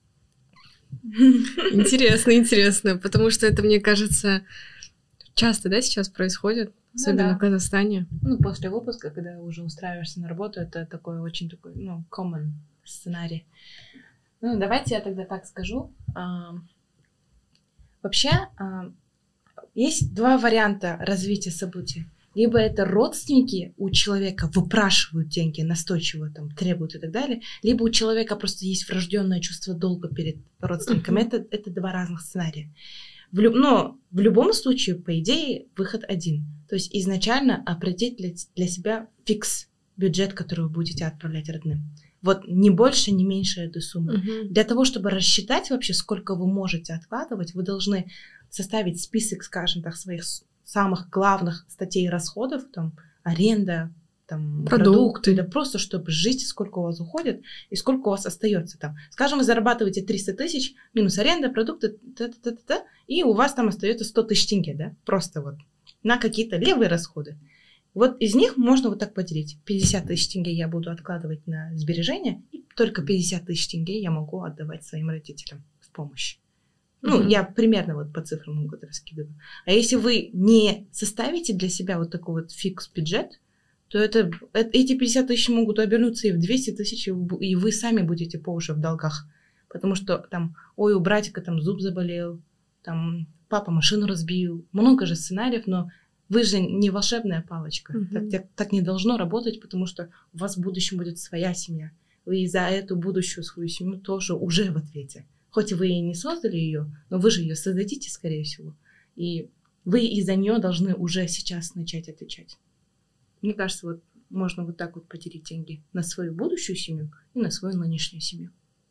Интересно, интересно, потому что это, мне кажется, часто, да, сейчас происходит, особенно ну, да. в Казахстане. Ну, после выпуска, когда уже устраиваешься на работу, это такой очень такой, ну, common сценарий. Ну, давайте я тогда так скажу. А, вообще, а, есть два варианта развития событий. Либо это родственники у человека выпрашивают деньги, настойчиво там требуют и так далее, либо у человека просто есть врожденное чувство долга перед родственниками. Uh-huh. Это, это два разных сценария. В люб... Но в любом случае, по идее, выход один. То есть изначально определить для, для себя фикс бюджет, который вы будете отправлять родным. Вот ни больше, ни меньше этой суммы. Uh-huh. Для того, чтобы рассчитать вообще, сколько вы можете откладывать, вы должны составить список, скажем так, своих самых главных статей расходов, там, аренда, там, продукты, продукты, да просто чтобы жить, сколько у вас уходит и сколько у вас остается там. Скажем, вы зарабатываете триста тысяч, минус аренда, продукты, та-та-та-та, и у вас там остается сто тысяч тенге, да, просто вот на какие-то левые расходы. Вот из них можно вот так поделить. пятьдесят тысяч тенге я буду откладывать на сбережения, и только пятьдесят тысяч тенге я могу отдавать своим родителям в помощь. Ну, mm-hmm. я примерно вот по цифрам могу раскидываю. А если вы не составите для себя вот такой вот фикс-бюджет, то это, это, эти пятьдесят тысяч могут обернуться и в двести тысяч, и вы сами будете по уши в долгах. Потому что там, ой, у братика там зуб заболел, там папа машину разбил. Много же сценариев, но вы же не волшебная палочка. Mm-hmm. Так, так, так не должно работать, потому что у вас в будущем будет своя семья. Вы за эту будущую свою семью тоже уже в ответе. Хоть вы и не создали ее, но вы же ее создадите, скорее всего. И вы из-за нее должны уже сейчас начать отвечать. Мне кажется, вот можно вот так вот поделить деньги на свою будущую семью и на свою нынешнюю семью.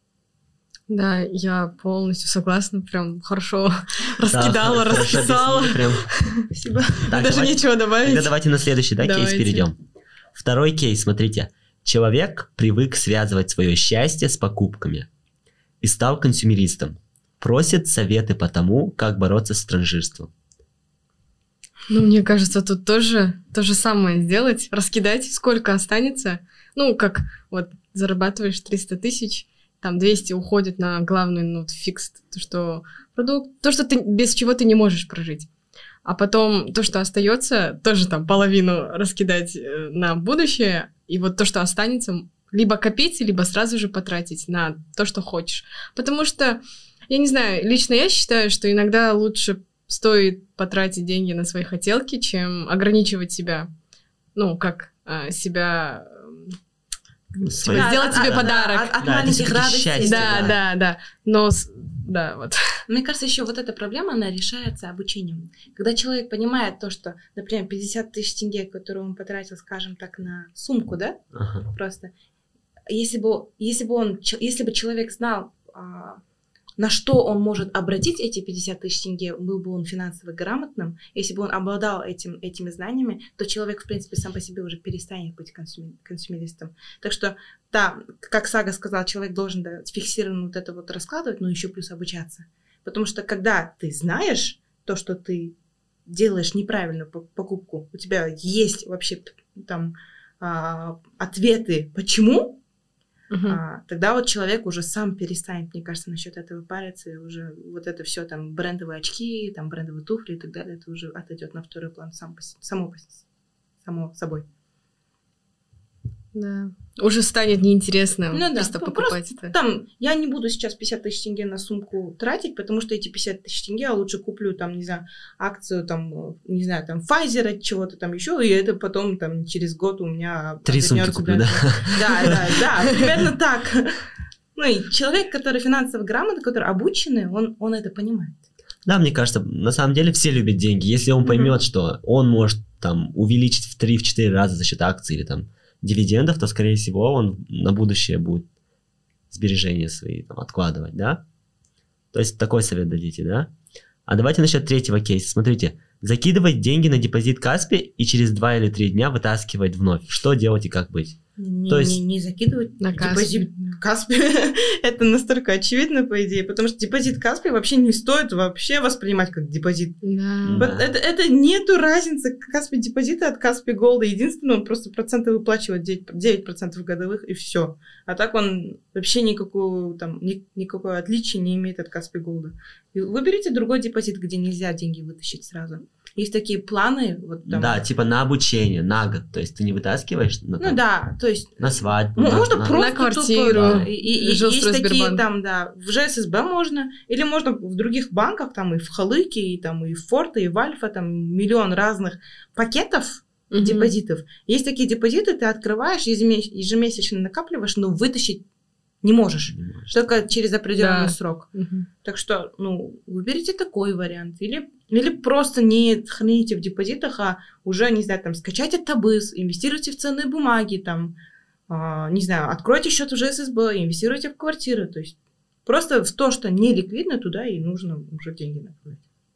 Да, я полностью согласна, прям хорошо раскидала, да, расписала. Спасибо. Так, даже давайте, нечего добавить. Тогда давайте на следующий, да, кейс перейдем. Второй кейс, смотрите. Человек привык связывать свое счастье с покупками и стал консюмеристом. Просит советы по тому, как бороться с транжирством. Ну, мне кажется, тут тоже то же самое сделать, раскидать, сколько останется. Ну, как вот зарабатываешь триста тысяч, там двести уходит на главный, ну, фикс, то, что продукт, то, что ты, без чего ты не можешь прожить. А потом то, что остается, тоже там половину раскидать на будущее, и вот то, что останется, либо копить, либо сразу же потратить на то, что хочешь. Потому что, я не знаю, лично я считаю, что иногда лучше стоит потратить деньги на свои хотелки, чем ограничивать себя, ну, как э, себя Свои- Типа, сделать от- себе от- подарок. От, от Да, это маленьких всё-таки радостей. счастье. Да, да. да, да. Но, с- да, вот. Мне кажется, еще вот эта проблема, она решается обучением. Когда человек понимает то, что, например, пятьдесят тысяч тенге, которые он потратил, скажем так, на сумку, да, Ага. просто, если бы, если бы он, ч- если бы человек знал, а, на что он может обратить эти пятьдесят тысяч тенге, был бы он финансово грамотным, если бы он обладал этим, этими знаниями, то человек, в принципе, сам по себе уже перестанет быть консуми- консумеристом. Так что, да, как Сага сказала, человек должен да, фиксированно вот это вот раскладывать, но еще плюс обучаться. Потому что когда ты знаешь то, что ты делаешь неправильную по- покупку, у тебя есть вообще там а, ответы, почему, Мгм. а, тогда вот человек уже сам перестанет, мне кажется, насчет этого париться, и уже вот это все там брендовые очки, там брендовые туфли и так далее, это уже отойдет на второй план сам по, с- само, по с- само собой. Да. Уже станет неинтересно Ну да, просто ну покупать это. Там, я не буду сейчас пятьдесят тысяч тенге на сумку тратить, потому что эти пятьдесят тысяч тенге я лучше куплю, там, не знаю, акцию, там, э, не знаю, там, Pfizer, чего-то там еще, и это потом, там, через год у меня... Три сумки обернется, куплю, да? Да, да, да, примерно так. Ну и человек, который финансово грамотный, который обученный, он, он это понимает. Да, мне кажется, на самом деле все любят деньги. Если он поймет, что он может там увеличить в три-четыре раза за счет акций или там дивидендов, то, скорее всего, он на будущее будет сбережения свои там, откладывать, да? То есть такой совет дадите, да? А давайте насчет третьего кейса. Смотрите, закидывать деньги на депозит Каспи и через два или три дня вытаскивать вновь. Что делать и как быть? Не, То есть- не, не закидывать На депозит Каспи. Каспи. Это настолько очевидно, по идее, потому что депозит Каспи вообще не стоит вообще воспринимать как депозит. Да. Да. Вот Это, это нету разницы Каспи депозита от Каспи Голда. Единственное, он просто проценты выплачивает девять процентов годовых, и все. А так он вообще никакого, там, ни, никакого отличия не имеет от Каспи Голда. И выберите другой депозит, где нельзя деньги вытащить сразу. Есть такие планы. Вот там. Да, типа на обучение, на год. То есть ты не вытаскиваешь на, Ну там, да, то есть на свадьбу. Ну, на- можно на- просто На квартиру, тупо, да. И, и- и есть такие Жилстройсбербанк. там, да, в ЖССБ можно, или можно в других банках, там и в Халыке, и там и в Форте, и в Альфа, там миллион разных пакетов Мгм. депозитов. Есть такие депозиты, ты открываешь, ежеме- ежемесячно накапливаешь, но вытащить не можешь. Не можешь. Только через определенный Да. срок. Мгм. Так что, ну, выберите такой вариант. Или, или просто не храните в депозитах, а уже, не знаю, там, скачайте Табыс, инвестируйте в ценные бумаги, там, а, не знаю, откройте счет в ЖССБ, инвестируйте в квартиры. То есть просто в то, что не ликвидно, туда и нужно уже деньги направлять.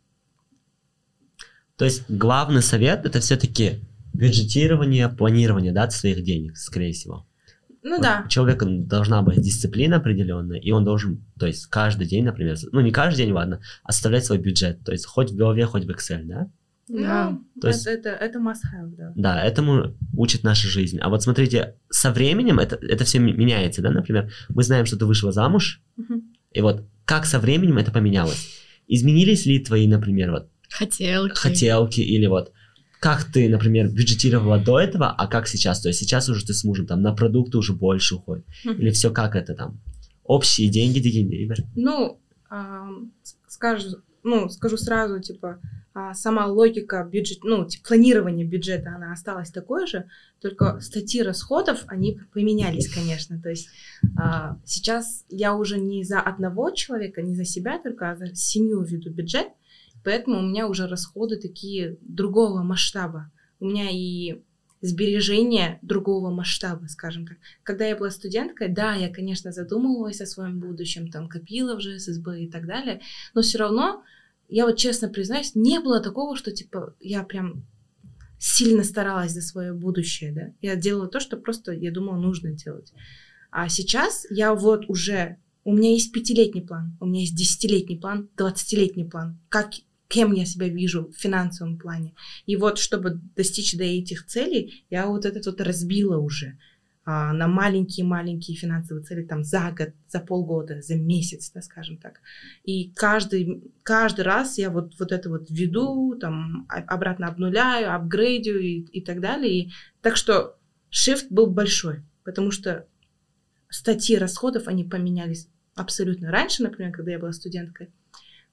То есть главный совет это все-таки бюджетирование, планирование, да, своих денег, скорее всего. Ну Вот да. У человека должна быть дисциплина определенная, и он должен, то есть каждый день, например, ну не каждый день, ладно, оставлять свой бюджет, то есть хоть в голове, хоть в Excel, да? Да. Ну, То есть- это, это, это must have, да. Да, этому учит наша жизнь. А вот смотрите, со временем это, это все меняется, да, например, мы знаем, что ты вышла замуж, Мгм. и вот как со временем это поменялось? Изменились ли твои, например, вот Хотелки. хотелки или вот как ты, например, бюджетировала до этого, а как сейчас? То есть сейчас уже ты с мужем там на продукты уже больше уходит. Мгм. Или все как это там? Общие деньги, деньги. Ну, ам, с- скажу, ну, скажу сразу, типа, а, сама логика бюджет, ну, типа, планирования бюджета, она осталась такой же, только статьи расходов, они поменялись, конечно. То есть а, сейчас я уже не за одного человека, не за себя только, а за семью веду бюджет, поэтому у меня уже расходы такие другого масштаба. У меня и сбережения другого масштаба, скажем так. Когда я была студенткой, да, я, конечно, задумывалась о своем будущем, там, копила в ЖССБ и так далее, но все равно, я вот честно признаюсь, не было такого, что, типа, я прям сильно старалась за свое будущее, да. Я делала то, что просто, я думала, нужно делать. А сейчас я вот уже, у меня есть пятилетний план, у меня есть десятилетний план, двадцатилетний план, как кем я себя вижу в финансовом плане. И вот, чтобы достичь до этих целей, я вот этот вот разбила уже а, на маленькие-маленькие финансовые цели, там, за год, за полгода, за месяц, да, скажем так. И каждый, каждый раз я вот, вот это вот веду, там, а- обратно обнуляю, апгрейдю и, и так далее. И, так что shift был большой, потому что статьи расходов, они поменялись абсолютно. Раньше, например, когда я была студенткой,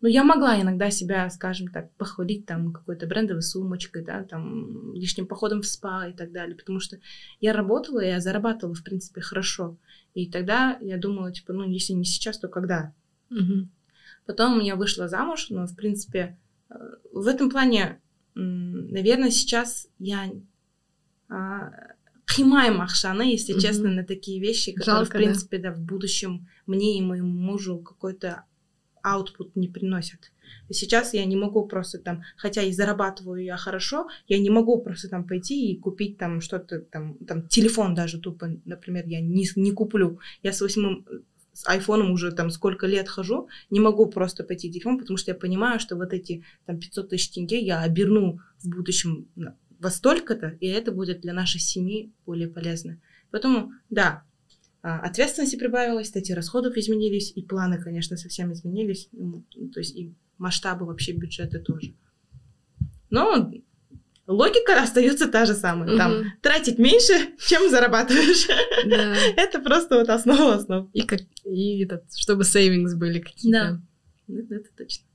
Ну, я могла иногда себя, скажем так, похвалить там какой-то брендовой сумочкой, да, там, лишним походом в спа и так далее, потому что я работала, я зарабатывала, в принципе, хорошо. И тогда я думала, типа, ну, если не сейчас, то когда? Угу. Потом я вышла замуж, но, в принципе, в этом плане, наверное, сейчас я химаю махшаны, если mm-hmm. честно, на такие вещи, которые, Жалко, в принципе, да? Да, в будущем мне и моему мужу какой-то output не приносят. И сейчас я не могу просто там, хотя и зарабатываю я хорошо, я не могу просто там пойти и купить там что-то, там, там телефон даже тупо, например, я не, не куплю. Я с восьмым с айфоном уже там сколько лет хожу, не могу просто пойти телефон, потому что я понимаю, что вот эти там пятьсот тысяч тенге я оберну в будущем во столько-то, и это будет для нашей семьи более полезно. Поэтому, да, ответственности прибавилось, кстати, расходов изменились, и планы, конечно, совсем изменились, то есть и масштабы вообще бюджета тоже. Но логика остается та же самая. Угу. Там тратить меньше, чем зарабатываешь. Да. Это просто вот основа основ. И, как, и этот, чтобы сейвингс были какие-то. Да, это, это точно.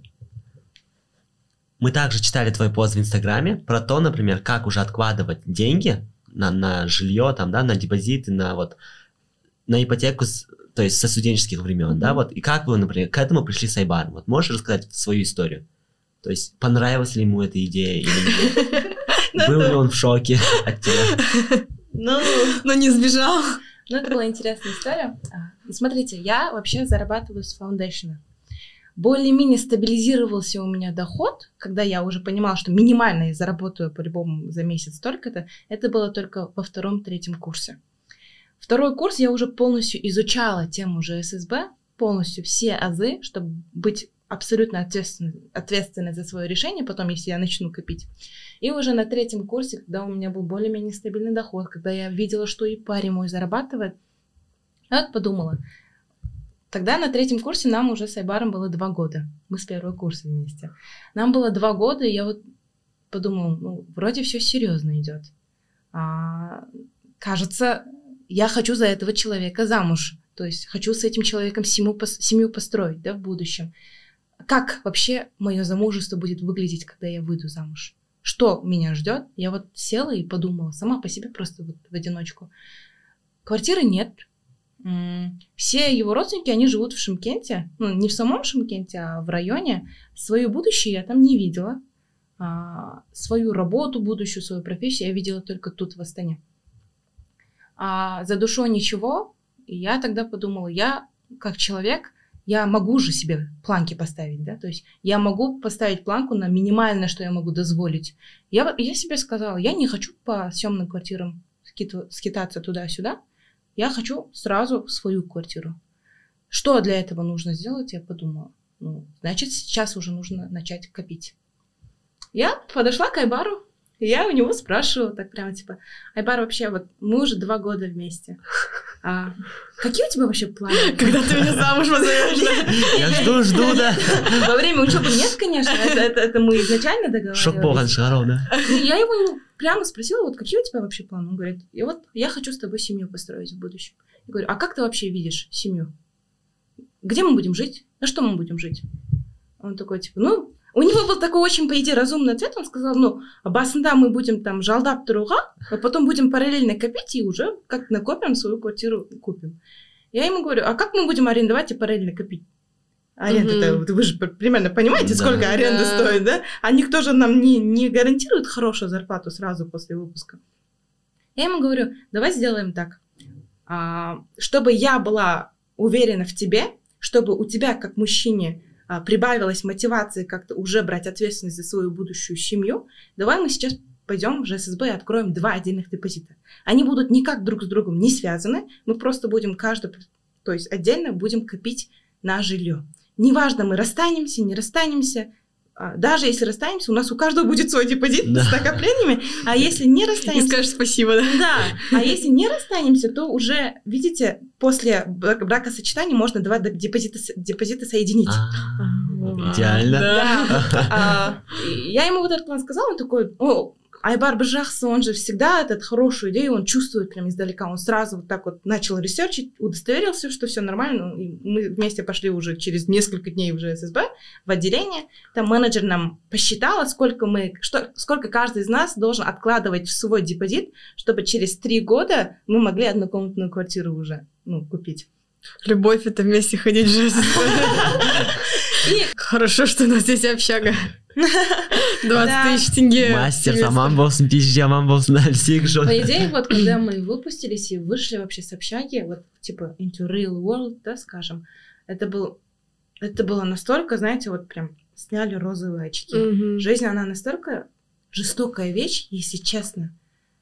Мы также читали твой пост в Инстаграме про то, например, как уже откладывать деньги на, на жилье, там, да, на депозиты, на вот на ипотеку, с, то есть со студенческих времен, mm-hmm. да, вот. И как вы, например, к этому пришли с Айбаром? Вот можешь рассказать свою историю? То есть понравилась ли ему эта идея или нет? Был ли он в шоке от тебя? Но не сбежал. Ну, это была интересная история. Смотрите, я вообще зарабатываю с фаундейшена. Более-менее стабилизировался у меня доход, когда я уже понимала, что минимально я заработаю по-любому за месяц столько-то. Это было только во втором-третьем курсе. Второй курс я уже полностью изучала тему же эс эс бэ, полностью все азы, чтобы быть абсолютно ответственной, ответственной за свое решение, потом, если я начну копить. И уже на третьем курсе, когда у меня был более-менее стабильный доход, когда я видела, что и парень мой зарабатывает, я вот подумала. Тогда на третьем курсе нам уже с Айбаром было два года. Мы с первого курса вместе. Нам было два года, и я вот подумала, ну, вроде все серьезно идет. А, кажется, я хочу за этого человека замуж. То есть хочу с этим человеком семью, семью построить, да, в будущем. Как вообще мое замужество будет выглядеть, когда я выйду замуж? Что меня ждет? Я вот села и подумала, сама по себе просто вот в одиночку. Квартиры нет. Все его родственники, они живут в Шымкенте, ну, не в самом Шымкенте, а в районе. Свое будущее я там не видела. А, свою работу будущую, свою профессию я видела только тут, в Астане. А за душой ничего. И я тогда подумала, я как человек, я могу же себе планки поставить, да, то есть я могу поставить планку на минимальное, что я могу дозволить. Я, я себе сказала, я не хочу по съемным квартирам скитаться туда-сюда, я хочу сразу в свою квартиру. Что для этого нужно сделать, я подумала. Ну, значит, сейчас уже нужно начать копить. Я подошла к Айбару, и я у него спрашивала так прямо, типа, Айбар, вообще, вот мы уже два года вместе. А какие у тебя вообще планы? Когда ты меня замуж позовешь? Я жду, жду, да. Во время учебы нет, конечно, это, это, это мы изначально договаривались. Шок поган шаров, да. Я его прямо спросила, вот какие у тебя вообще планы? Он говорит, и вот я хочу с тобой семью построить в будущем. Я говорю, а как ты вообще видишь семью? Где мы будем жить? На что мы будем жить? Он такой, типа, ну, у него был такой очень, по идее, разумный ответ. Он сказал, ну, басында мы будем там жалдап туруга, а потом будем параллельно копить и уже как накопим, свою квартиру купим. Я ему говорю, а как мы будем арендовать и параллельно копить? Аренда-то, mm-hmm. вы же примерно понимаете, да. сколько аренда да. стоит, да? А никто же нам не, не гарантирует хорошую зарплату сразу после выпуска. Я ему говорю, давай сделаем так, а, чтобы я была уверена в тебе, чтобы у тебя, как мужчине, а, прибавилась мотивация как-то уже брать ответственность за свою будущую семью, давай мы сейчас пойдем в же эс эс бэ и откроем два отдельных депозита. Они будут никак друг с другом не связаны, мы просто будем каждый, то есть отдельно будем копить на жилье. Неважно, мы расстанемся, не расстанемся, даже если расстанемся, у нас у каждого будет свой депозит да. с накоплениями, а если не расстанемся... И скажешь спасибо, да? Да, а если не расстанемся, то уже, видите, после бракосочетания можно два депозита, депозита соединить. Идеально. Да. Я ему вот этот план сказала, он такой, о, Айбар Бжахс, он же всегда этот хорошую идею, он чувствует прям издалека. Он сразу вот так вот начал ресерчить, удостоверился, что все нормально. И мы вместе пошли уже через несколько дней в ЖССБ в отделение. Там менеджер нам посчитала, сколько мы, что, сколько каждый из нас должен откладывать в свой депозит, чтобы через три года мы могли однокомнатную квартиру уже ну, купить. Любовь — это вместе ходить в ЖССБ. Хорошо, что у нас здесь общага. двадцать тысяч тенге. Мастер, тамам болсын, пижамам болсын, әлсек жон. По идее, вот когда мы выпустились и вышли вообще с общаги, вот типа into real world, да, скажем, это был, это было настолько, знаете, вот прям сняли розовые очки. Mm-hmm. Жизнь, она настолько жестокая вещь, если честно.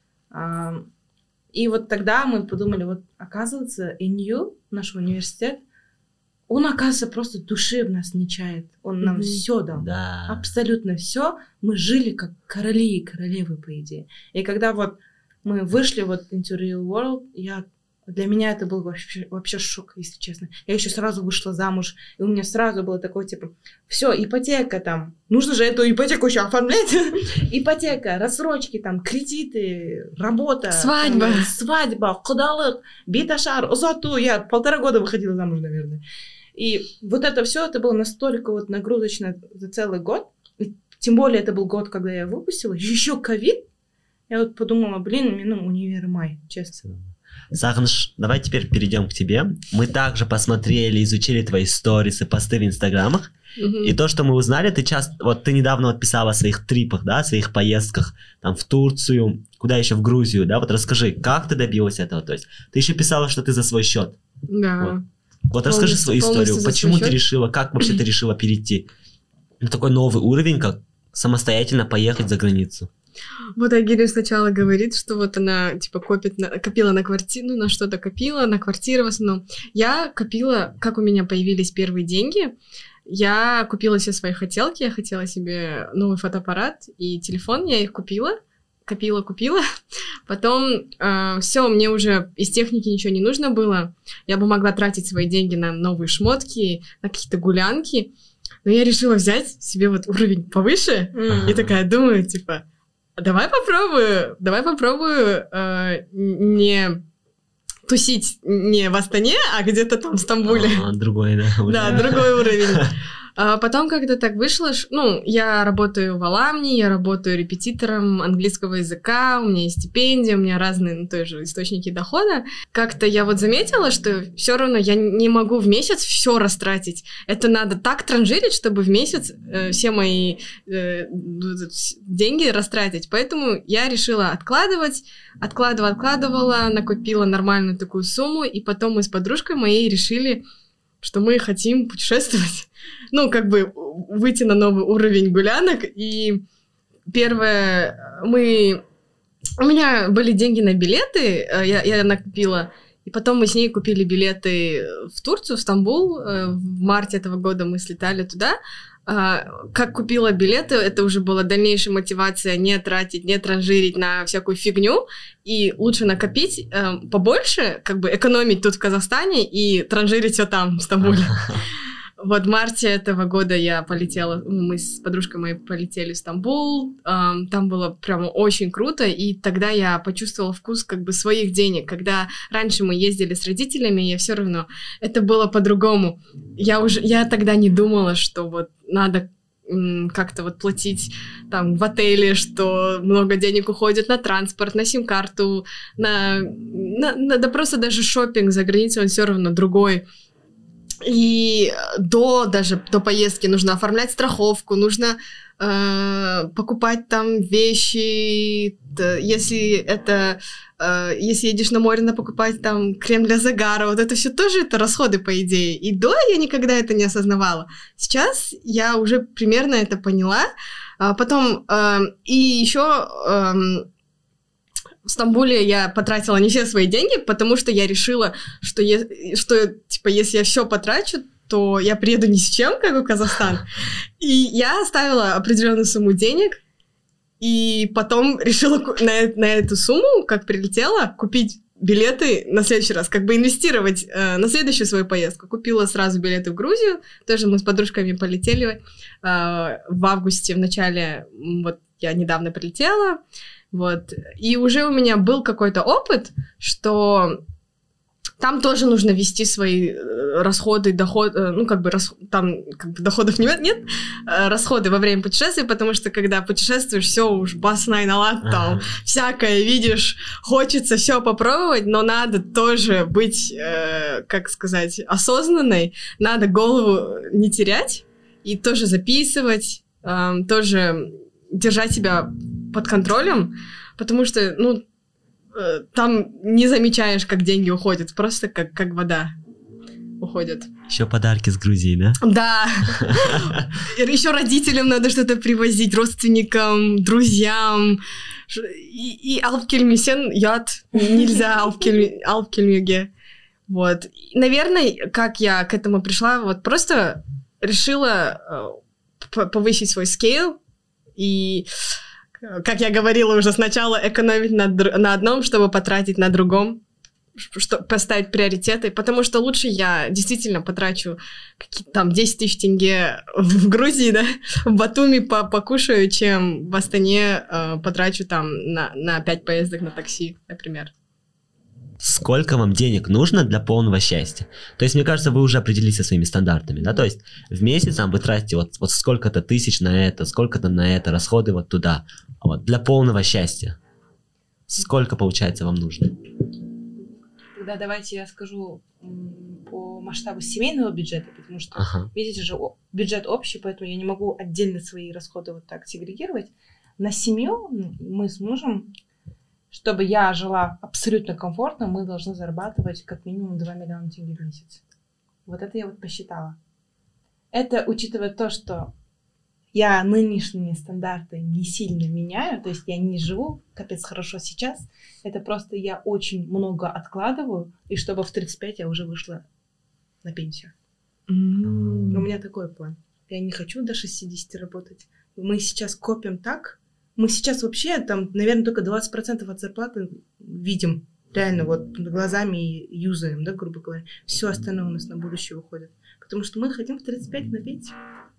А, и вот тогда мы подумали, вот оказывается, эн ю, наш университет, он, оказывается, просто души в нас не чает. Он нам mm-hmm. все дал. Да. Абсолютно все. Мы жили как короли и королевы, по идее. И когда вот мы вышли вот into real world, я, для меня это был вообще, вообще шок, если честно. Я еще сразу вышла замуж, и у меня сразу было такое, типа, все, ипотека там, нужно же эту ипотеку еще оформлять. Ипотека, рассрочки, там, кредиты, работа. Свадьба. Там, свадьба, кудалык, биташар, узату. Я полтора года выходила замуж, наверное. И вот это все, это было настолько вот нагрузочно за целый год. И тем более это был год, когда я выпустила. Еще ковид. Я вот подумала, блин, мне ну, универ май, честно. Сагыныш, давай теперь перейдем к тебе. Мы также посмотрели, изучили твои сторисы, посты в инстаграмах. Mm-hmm. И то, что мы узнали, ты часто, вот ты недавно вот писала о своих трипах, да, о своих поездках там в Турцию, куда еще, в Грузию, да, вот расскажи, как ты добилась этого, то есть ты еще писала, что ты за свой счет. Да. Вот, вот расскажи свою историю, почему ты решила, как вообще ты решила перейти на такой новый уровень, как самостоятельно поехать за границу. Вот Айгерим сначала говорит, что вот она, типа, копит на, копила на квартиру, ну, на что-то копила, на квартиру в основном. Я копила, как у меня появились первые деньги, я купила все свои хотелки, я хотела себе новый фотоаппарат и телефон, я их купила, копила, купила. Потом э, все, мне уже из техники ничего не нужно было, я бы могла тратить свои деньги на новые шмотки, на какие-то гулянки, но я решила взять себе вот уровень повыше, mm. и такая думаю, типа... Давай попробую, давай попробую э, не тусить не в Астане, а где-то там в Стамбуле. А, другой, да. Да, другой уровень. А потом как-то так вышло, ну, я работаю в Аламне, я работаю репетитором английского языка, у меня есть стипендия, у меня разные, ну, тоже источники дохода. Как-то я вот заметила, что все равно я не могу в месяц все растратить. Это надо так транжирить, чтобы в месяц э, все мои э, деньги растратить. Поэтому я решила откладывать, откладывала, откладывала, накопила нормальную такую сумму, и потом мы с подружкой моей решили, что мы хотим путешествовать, ну, как бы выйти на новый уровень гулянок, и первое, мы... У меня были деньги на билеты, я, я накопила, и потом мы с ней купили билеты в Турцию, в Стамбул, в марте этого года мы слетали туда. Как купила билеты, это уже была дальнейшая мотивация не тратить, не транжирить на всякую фигню, и лучше накопить э, побольше, как бы экономить тут в Казахстане и транжирить все там, в Стамбуле. Вот в марте этого года я полетела, мы с подружкой моей полетели в Стамбул, эм, там было прямо очень круто, и тогда я почувствовала вкус как бы своих денег. Когда раньше мы ездили с родителями, я все равно, это было по-другому. Я уже, я тогда не думала, что вот надо м, как-то вот платить там в отеле, что много денег уходит на транспорт, на сим-карту, на, на, на да просто даже шопинг за границей, он все равно другой. И до даже до поездки нужно оформлять страховку, нужно э, покупать там вещи, то, если это э, если едешь на море, надо покупать там крем для загара, вот это все тоже это расходы по идее. И до я никогда это не осознавала. Сейчас я уже примерно это поняла. А потом э, и еще э, в Стамбуле я потратила не все свои деньги, потому что я решила, что, е- что типа, если я все потрачу, то я приеду ни с чем, как в Казахстан. И я оставила определенную сумму денег, и потом решила на, на эту сумму, как прилетела, купить билеты на следующий раз, как бы инвестировать э, на следующую свою поездку. Купила сразу билеты в Грузию, тоже мы с подружками полетели э, в августе, в начале, вот я недавно прилетела, вот, и уже у меня был какой-то опыт, что там тоже нужно вести свои расходы, доходы, ну, как бы, рас, там как бы доходов нет, нет, расходы во время путешествия, потому что, когда путешествуешь, все уж басна и налад, там, ага. всякое видишь, хочется все попробовать, но надо тоже быть, э, как сказать, осознанной, надо голову не терять и тоже записывать, э, тоже держать себя под контролем, потому что, ну, там не замечаешь, как деньги уходят, просто как, как вода уходит. Еще подарки с Грузии, да? Да. Еще родителям надо что-то привозить, родственникам, друзьям. И алпкельмисен яд нельзя алпкельмюге. Вот. Наверное, как я к этому пришла, вот просто решила повысить свой скейл и... Как я говорила уже сначала, экономить на, на одном, чтобы потратить на другом, что, поставить приоритеты, потому что лучше я действительно потрачу какие-то там десять тысяч тенге в Грузии, да, в Батуми покушаю, чем в Астане э, потрачу там на, на пять поездок на такси, например. Сколько вам денег нужно для полного счастья? То есть, мне кажется, вы уже определились со своими стандартами, да? То есть, в месяц там, вы тратите вот, вот сколько-то тысяч на это, сколько-то на это, расходы вот туда. Вот, для полного счастья. Сколько, получается, вам нужно? Тогда давайте я скажу по масштабу семейного бюджета, потому что, ага. видите же, бюджет общий, поэтому я не могу отдельно свои расходы вот так сегрегировать. На семью мы с мужем... Чтобы я жила абсолютно комфортно, мы должны зарабатывать как минимум два миллиона тенге в месяц. Вот это я вот посчитала. Это учитывая то, что я нынешние стандарты не сильно меняю, то есть я не живу капец хорошо сейчас, это просто я очень много откладываю, и чтобы в тридцать пять я уже вышла на пенсию. Mm-hmm. У меня такой план. Я не хочу до шестидесяти работать. Мы сейчас копим так, мы сейчас вообще, там, наверное, только двадцать процентов от зарплаты видим, реально, вот, глазами юзаем, да, грубо говоря. Все остальное у нас на будущее уходит. Потому что мы хотим в тридцать пять на пенсию.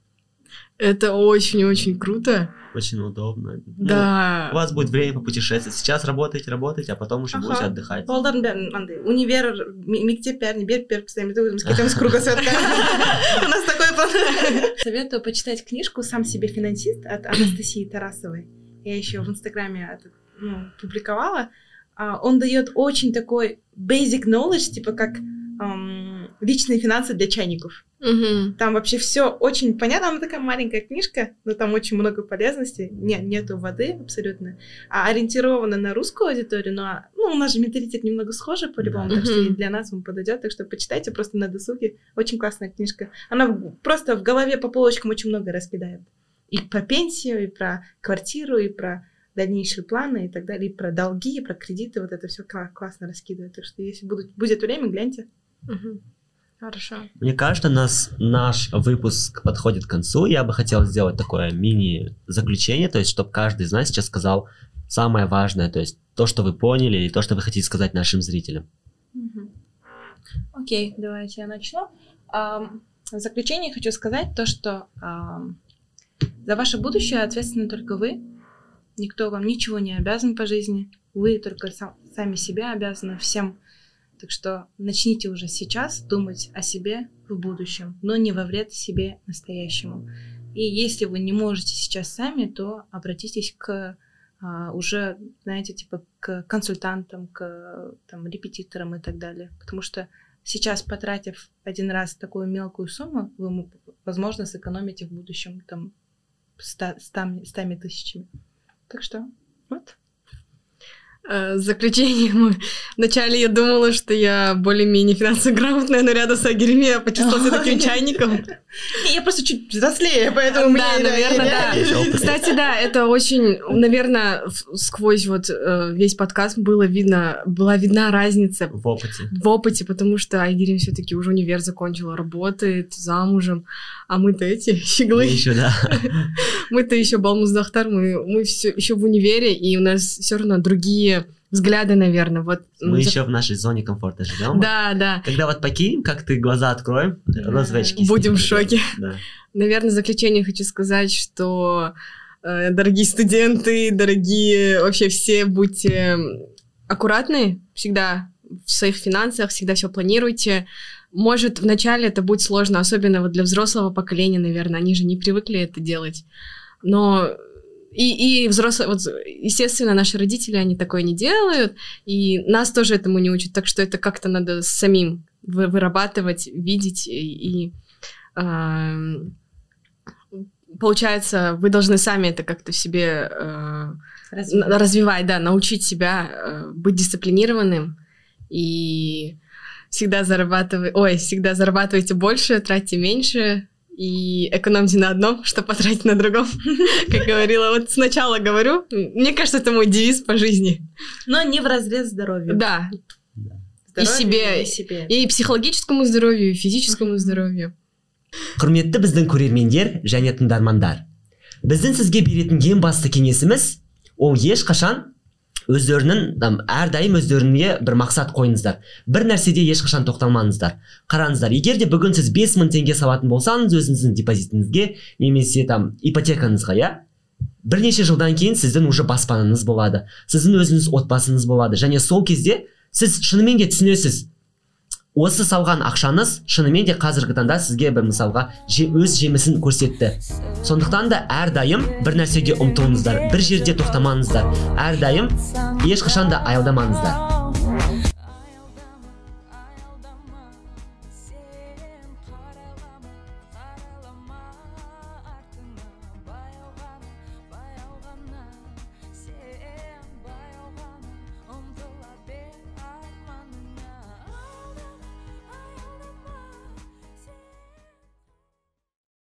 Это очень-очень круто. Очень удобно. Да. Ну, у вас будет время попутешествовать. Сейчас работаете, работаете, а потом уже ага. будете отдыхать. Универ, мектеп, бәріне беріп беріп тастаймыз, өзіміз кетеміз кругосветка. У нас такой план. Советую почитать книжку «Сам себе финансист» от Анастасии Тарасовой. Я еще в Инстаграме ну, публиковала. Он дает очень такой basic knowledge, типа как эм, личные финансы для чайников. Mm-hmm. Там вообще все очень понятно. Она такая маленькая книжка, но там очень много полезностей. Нет, нету воды абсолютно. А ориентирована на русскую аудиторию, но ну, у нас же менталитет немного схожий по-любому, mm-hmm. так что и для нас он подойдет. Так что почитайте просто на досуге. Очень классная книжка. Она просто в голове по полочкам очень много раскидает. И про пенсию, и про квартиру, и про дальнейшие планы, и так далее, и про долги, и про кредиты. Вот это все классно раскидывает. Так что если будет, будет время, гляньте. Угу. Хорошо. Мне кажется, нас, наш выпуск подходит к концу. Я бы хотел сделать такое мини-заключение, то есть, чтобы каждый из нас сейчас сказал самое важное, то есть, то, что вы поняли, и то, что вы хотите сказать нашим зрителям. Угу. Окей, давайте я начну. Um, в заключение хочу сказать то, что... Um, За ваше будущее ответственны только вы. Никто вам ничего не обязан по жизни. Вы только сам, сами себе обязаны всем. Так что начните уже сейчас думать о себе в будущем, но не во вред себе настоящему. И если вы не можете сейчас сами, то обратитесь к а, уже, знаете, типа к консультантам, к там, репетиторам и так далее. Потому что сейчас, потратив один раз такую мелкую сумму, вы, возможно, сэкономите в будущем там стами тысячами. Так что, вот. В заключение мы... Вначале я думала, что я более-менее финансово грамотная, но рядом с Агирми я почувствовала себя таким чайником. Я просто чуть взрослее, поэтому... Да, наверное, да. Кстати, да, это очень... Наверное, сквозь вот весь подкаст было видно, была видна разница в опыте. В опыте, потому что Айгерим все-таки уже универ закончила, работает, замужем, а мы-то эти щеглы. Мы еще, да. Мы-то еще балмуздахтар, мы, мы все еще в универе, и у нас все равно другие взгляды, наверное. Вот. Мы за... еще в нашей зоне комфорта живем. Да, да. Когда вот покинем, как ты глаза откроем, да. Розовые очки. Будем в шоке. Да. Наверное, в заключение хочу сказать, что дорогие студенты, дорогие вообще все, будьте аккуратны всегда в своих финансах, всегда все планируйте. Может, вначале это будет сложно, особенно вот для взрослого поколения, наверное, они же не привыкли это делать. Но и, и взрослые, вот, естественно, наши родители, они такое не делают, и нас тоже этому не учат, так что это как-то надо самим вырабатывать, видеть, и, и э, получается, вы должны сами это как-то в себе э, развивать. развивать, да, научить себя э, быть дисциплинированным и всегда зарабатывать, ой, всегда зарабатывайте больше, тратьте меньше. И экономьте на одном, чтобы потратить на другом. Как говорила, вот сначала говорю. Мне кажется, это мой девиз по жизни. Но не вразрез здоровью. Да. И себе, и себе. И психологическому здоровью, и физическому здоровью. Құрметті біздің көрермендер және тыңдармандар. Біздің сізге беретін ең басты кеңесіміз, ол ешқашан өздерінің, әрдайым өздеріне бір мақсат қойыңыздар. Бір нәрседе ешқашан тоқталмаңыздар. Қараңыздар, егер де бүгін сіз бес мың теңге салатын болсаңыз өзіңіздің депозитіңізге, немесе там ипотекаңызға, я, бірнеше жылдан кейін сіздің уже баспанаңыз болады. Сіздің өзіңіз отбасыңыз болады. Және сол кезде сіз шынымен де түсінесіз, осы салған ақшаңыз шынымен де қазіргі таңда сізге бір мысалға өз жемісін көрсетті. Сондықтан да әрдайым бір нәрсеге ұмтылыңыздар, бір жерде тоқтамаңыздар, әрдайым ешқашан да аялдамаңыздар.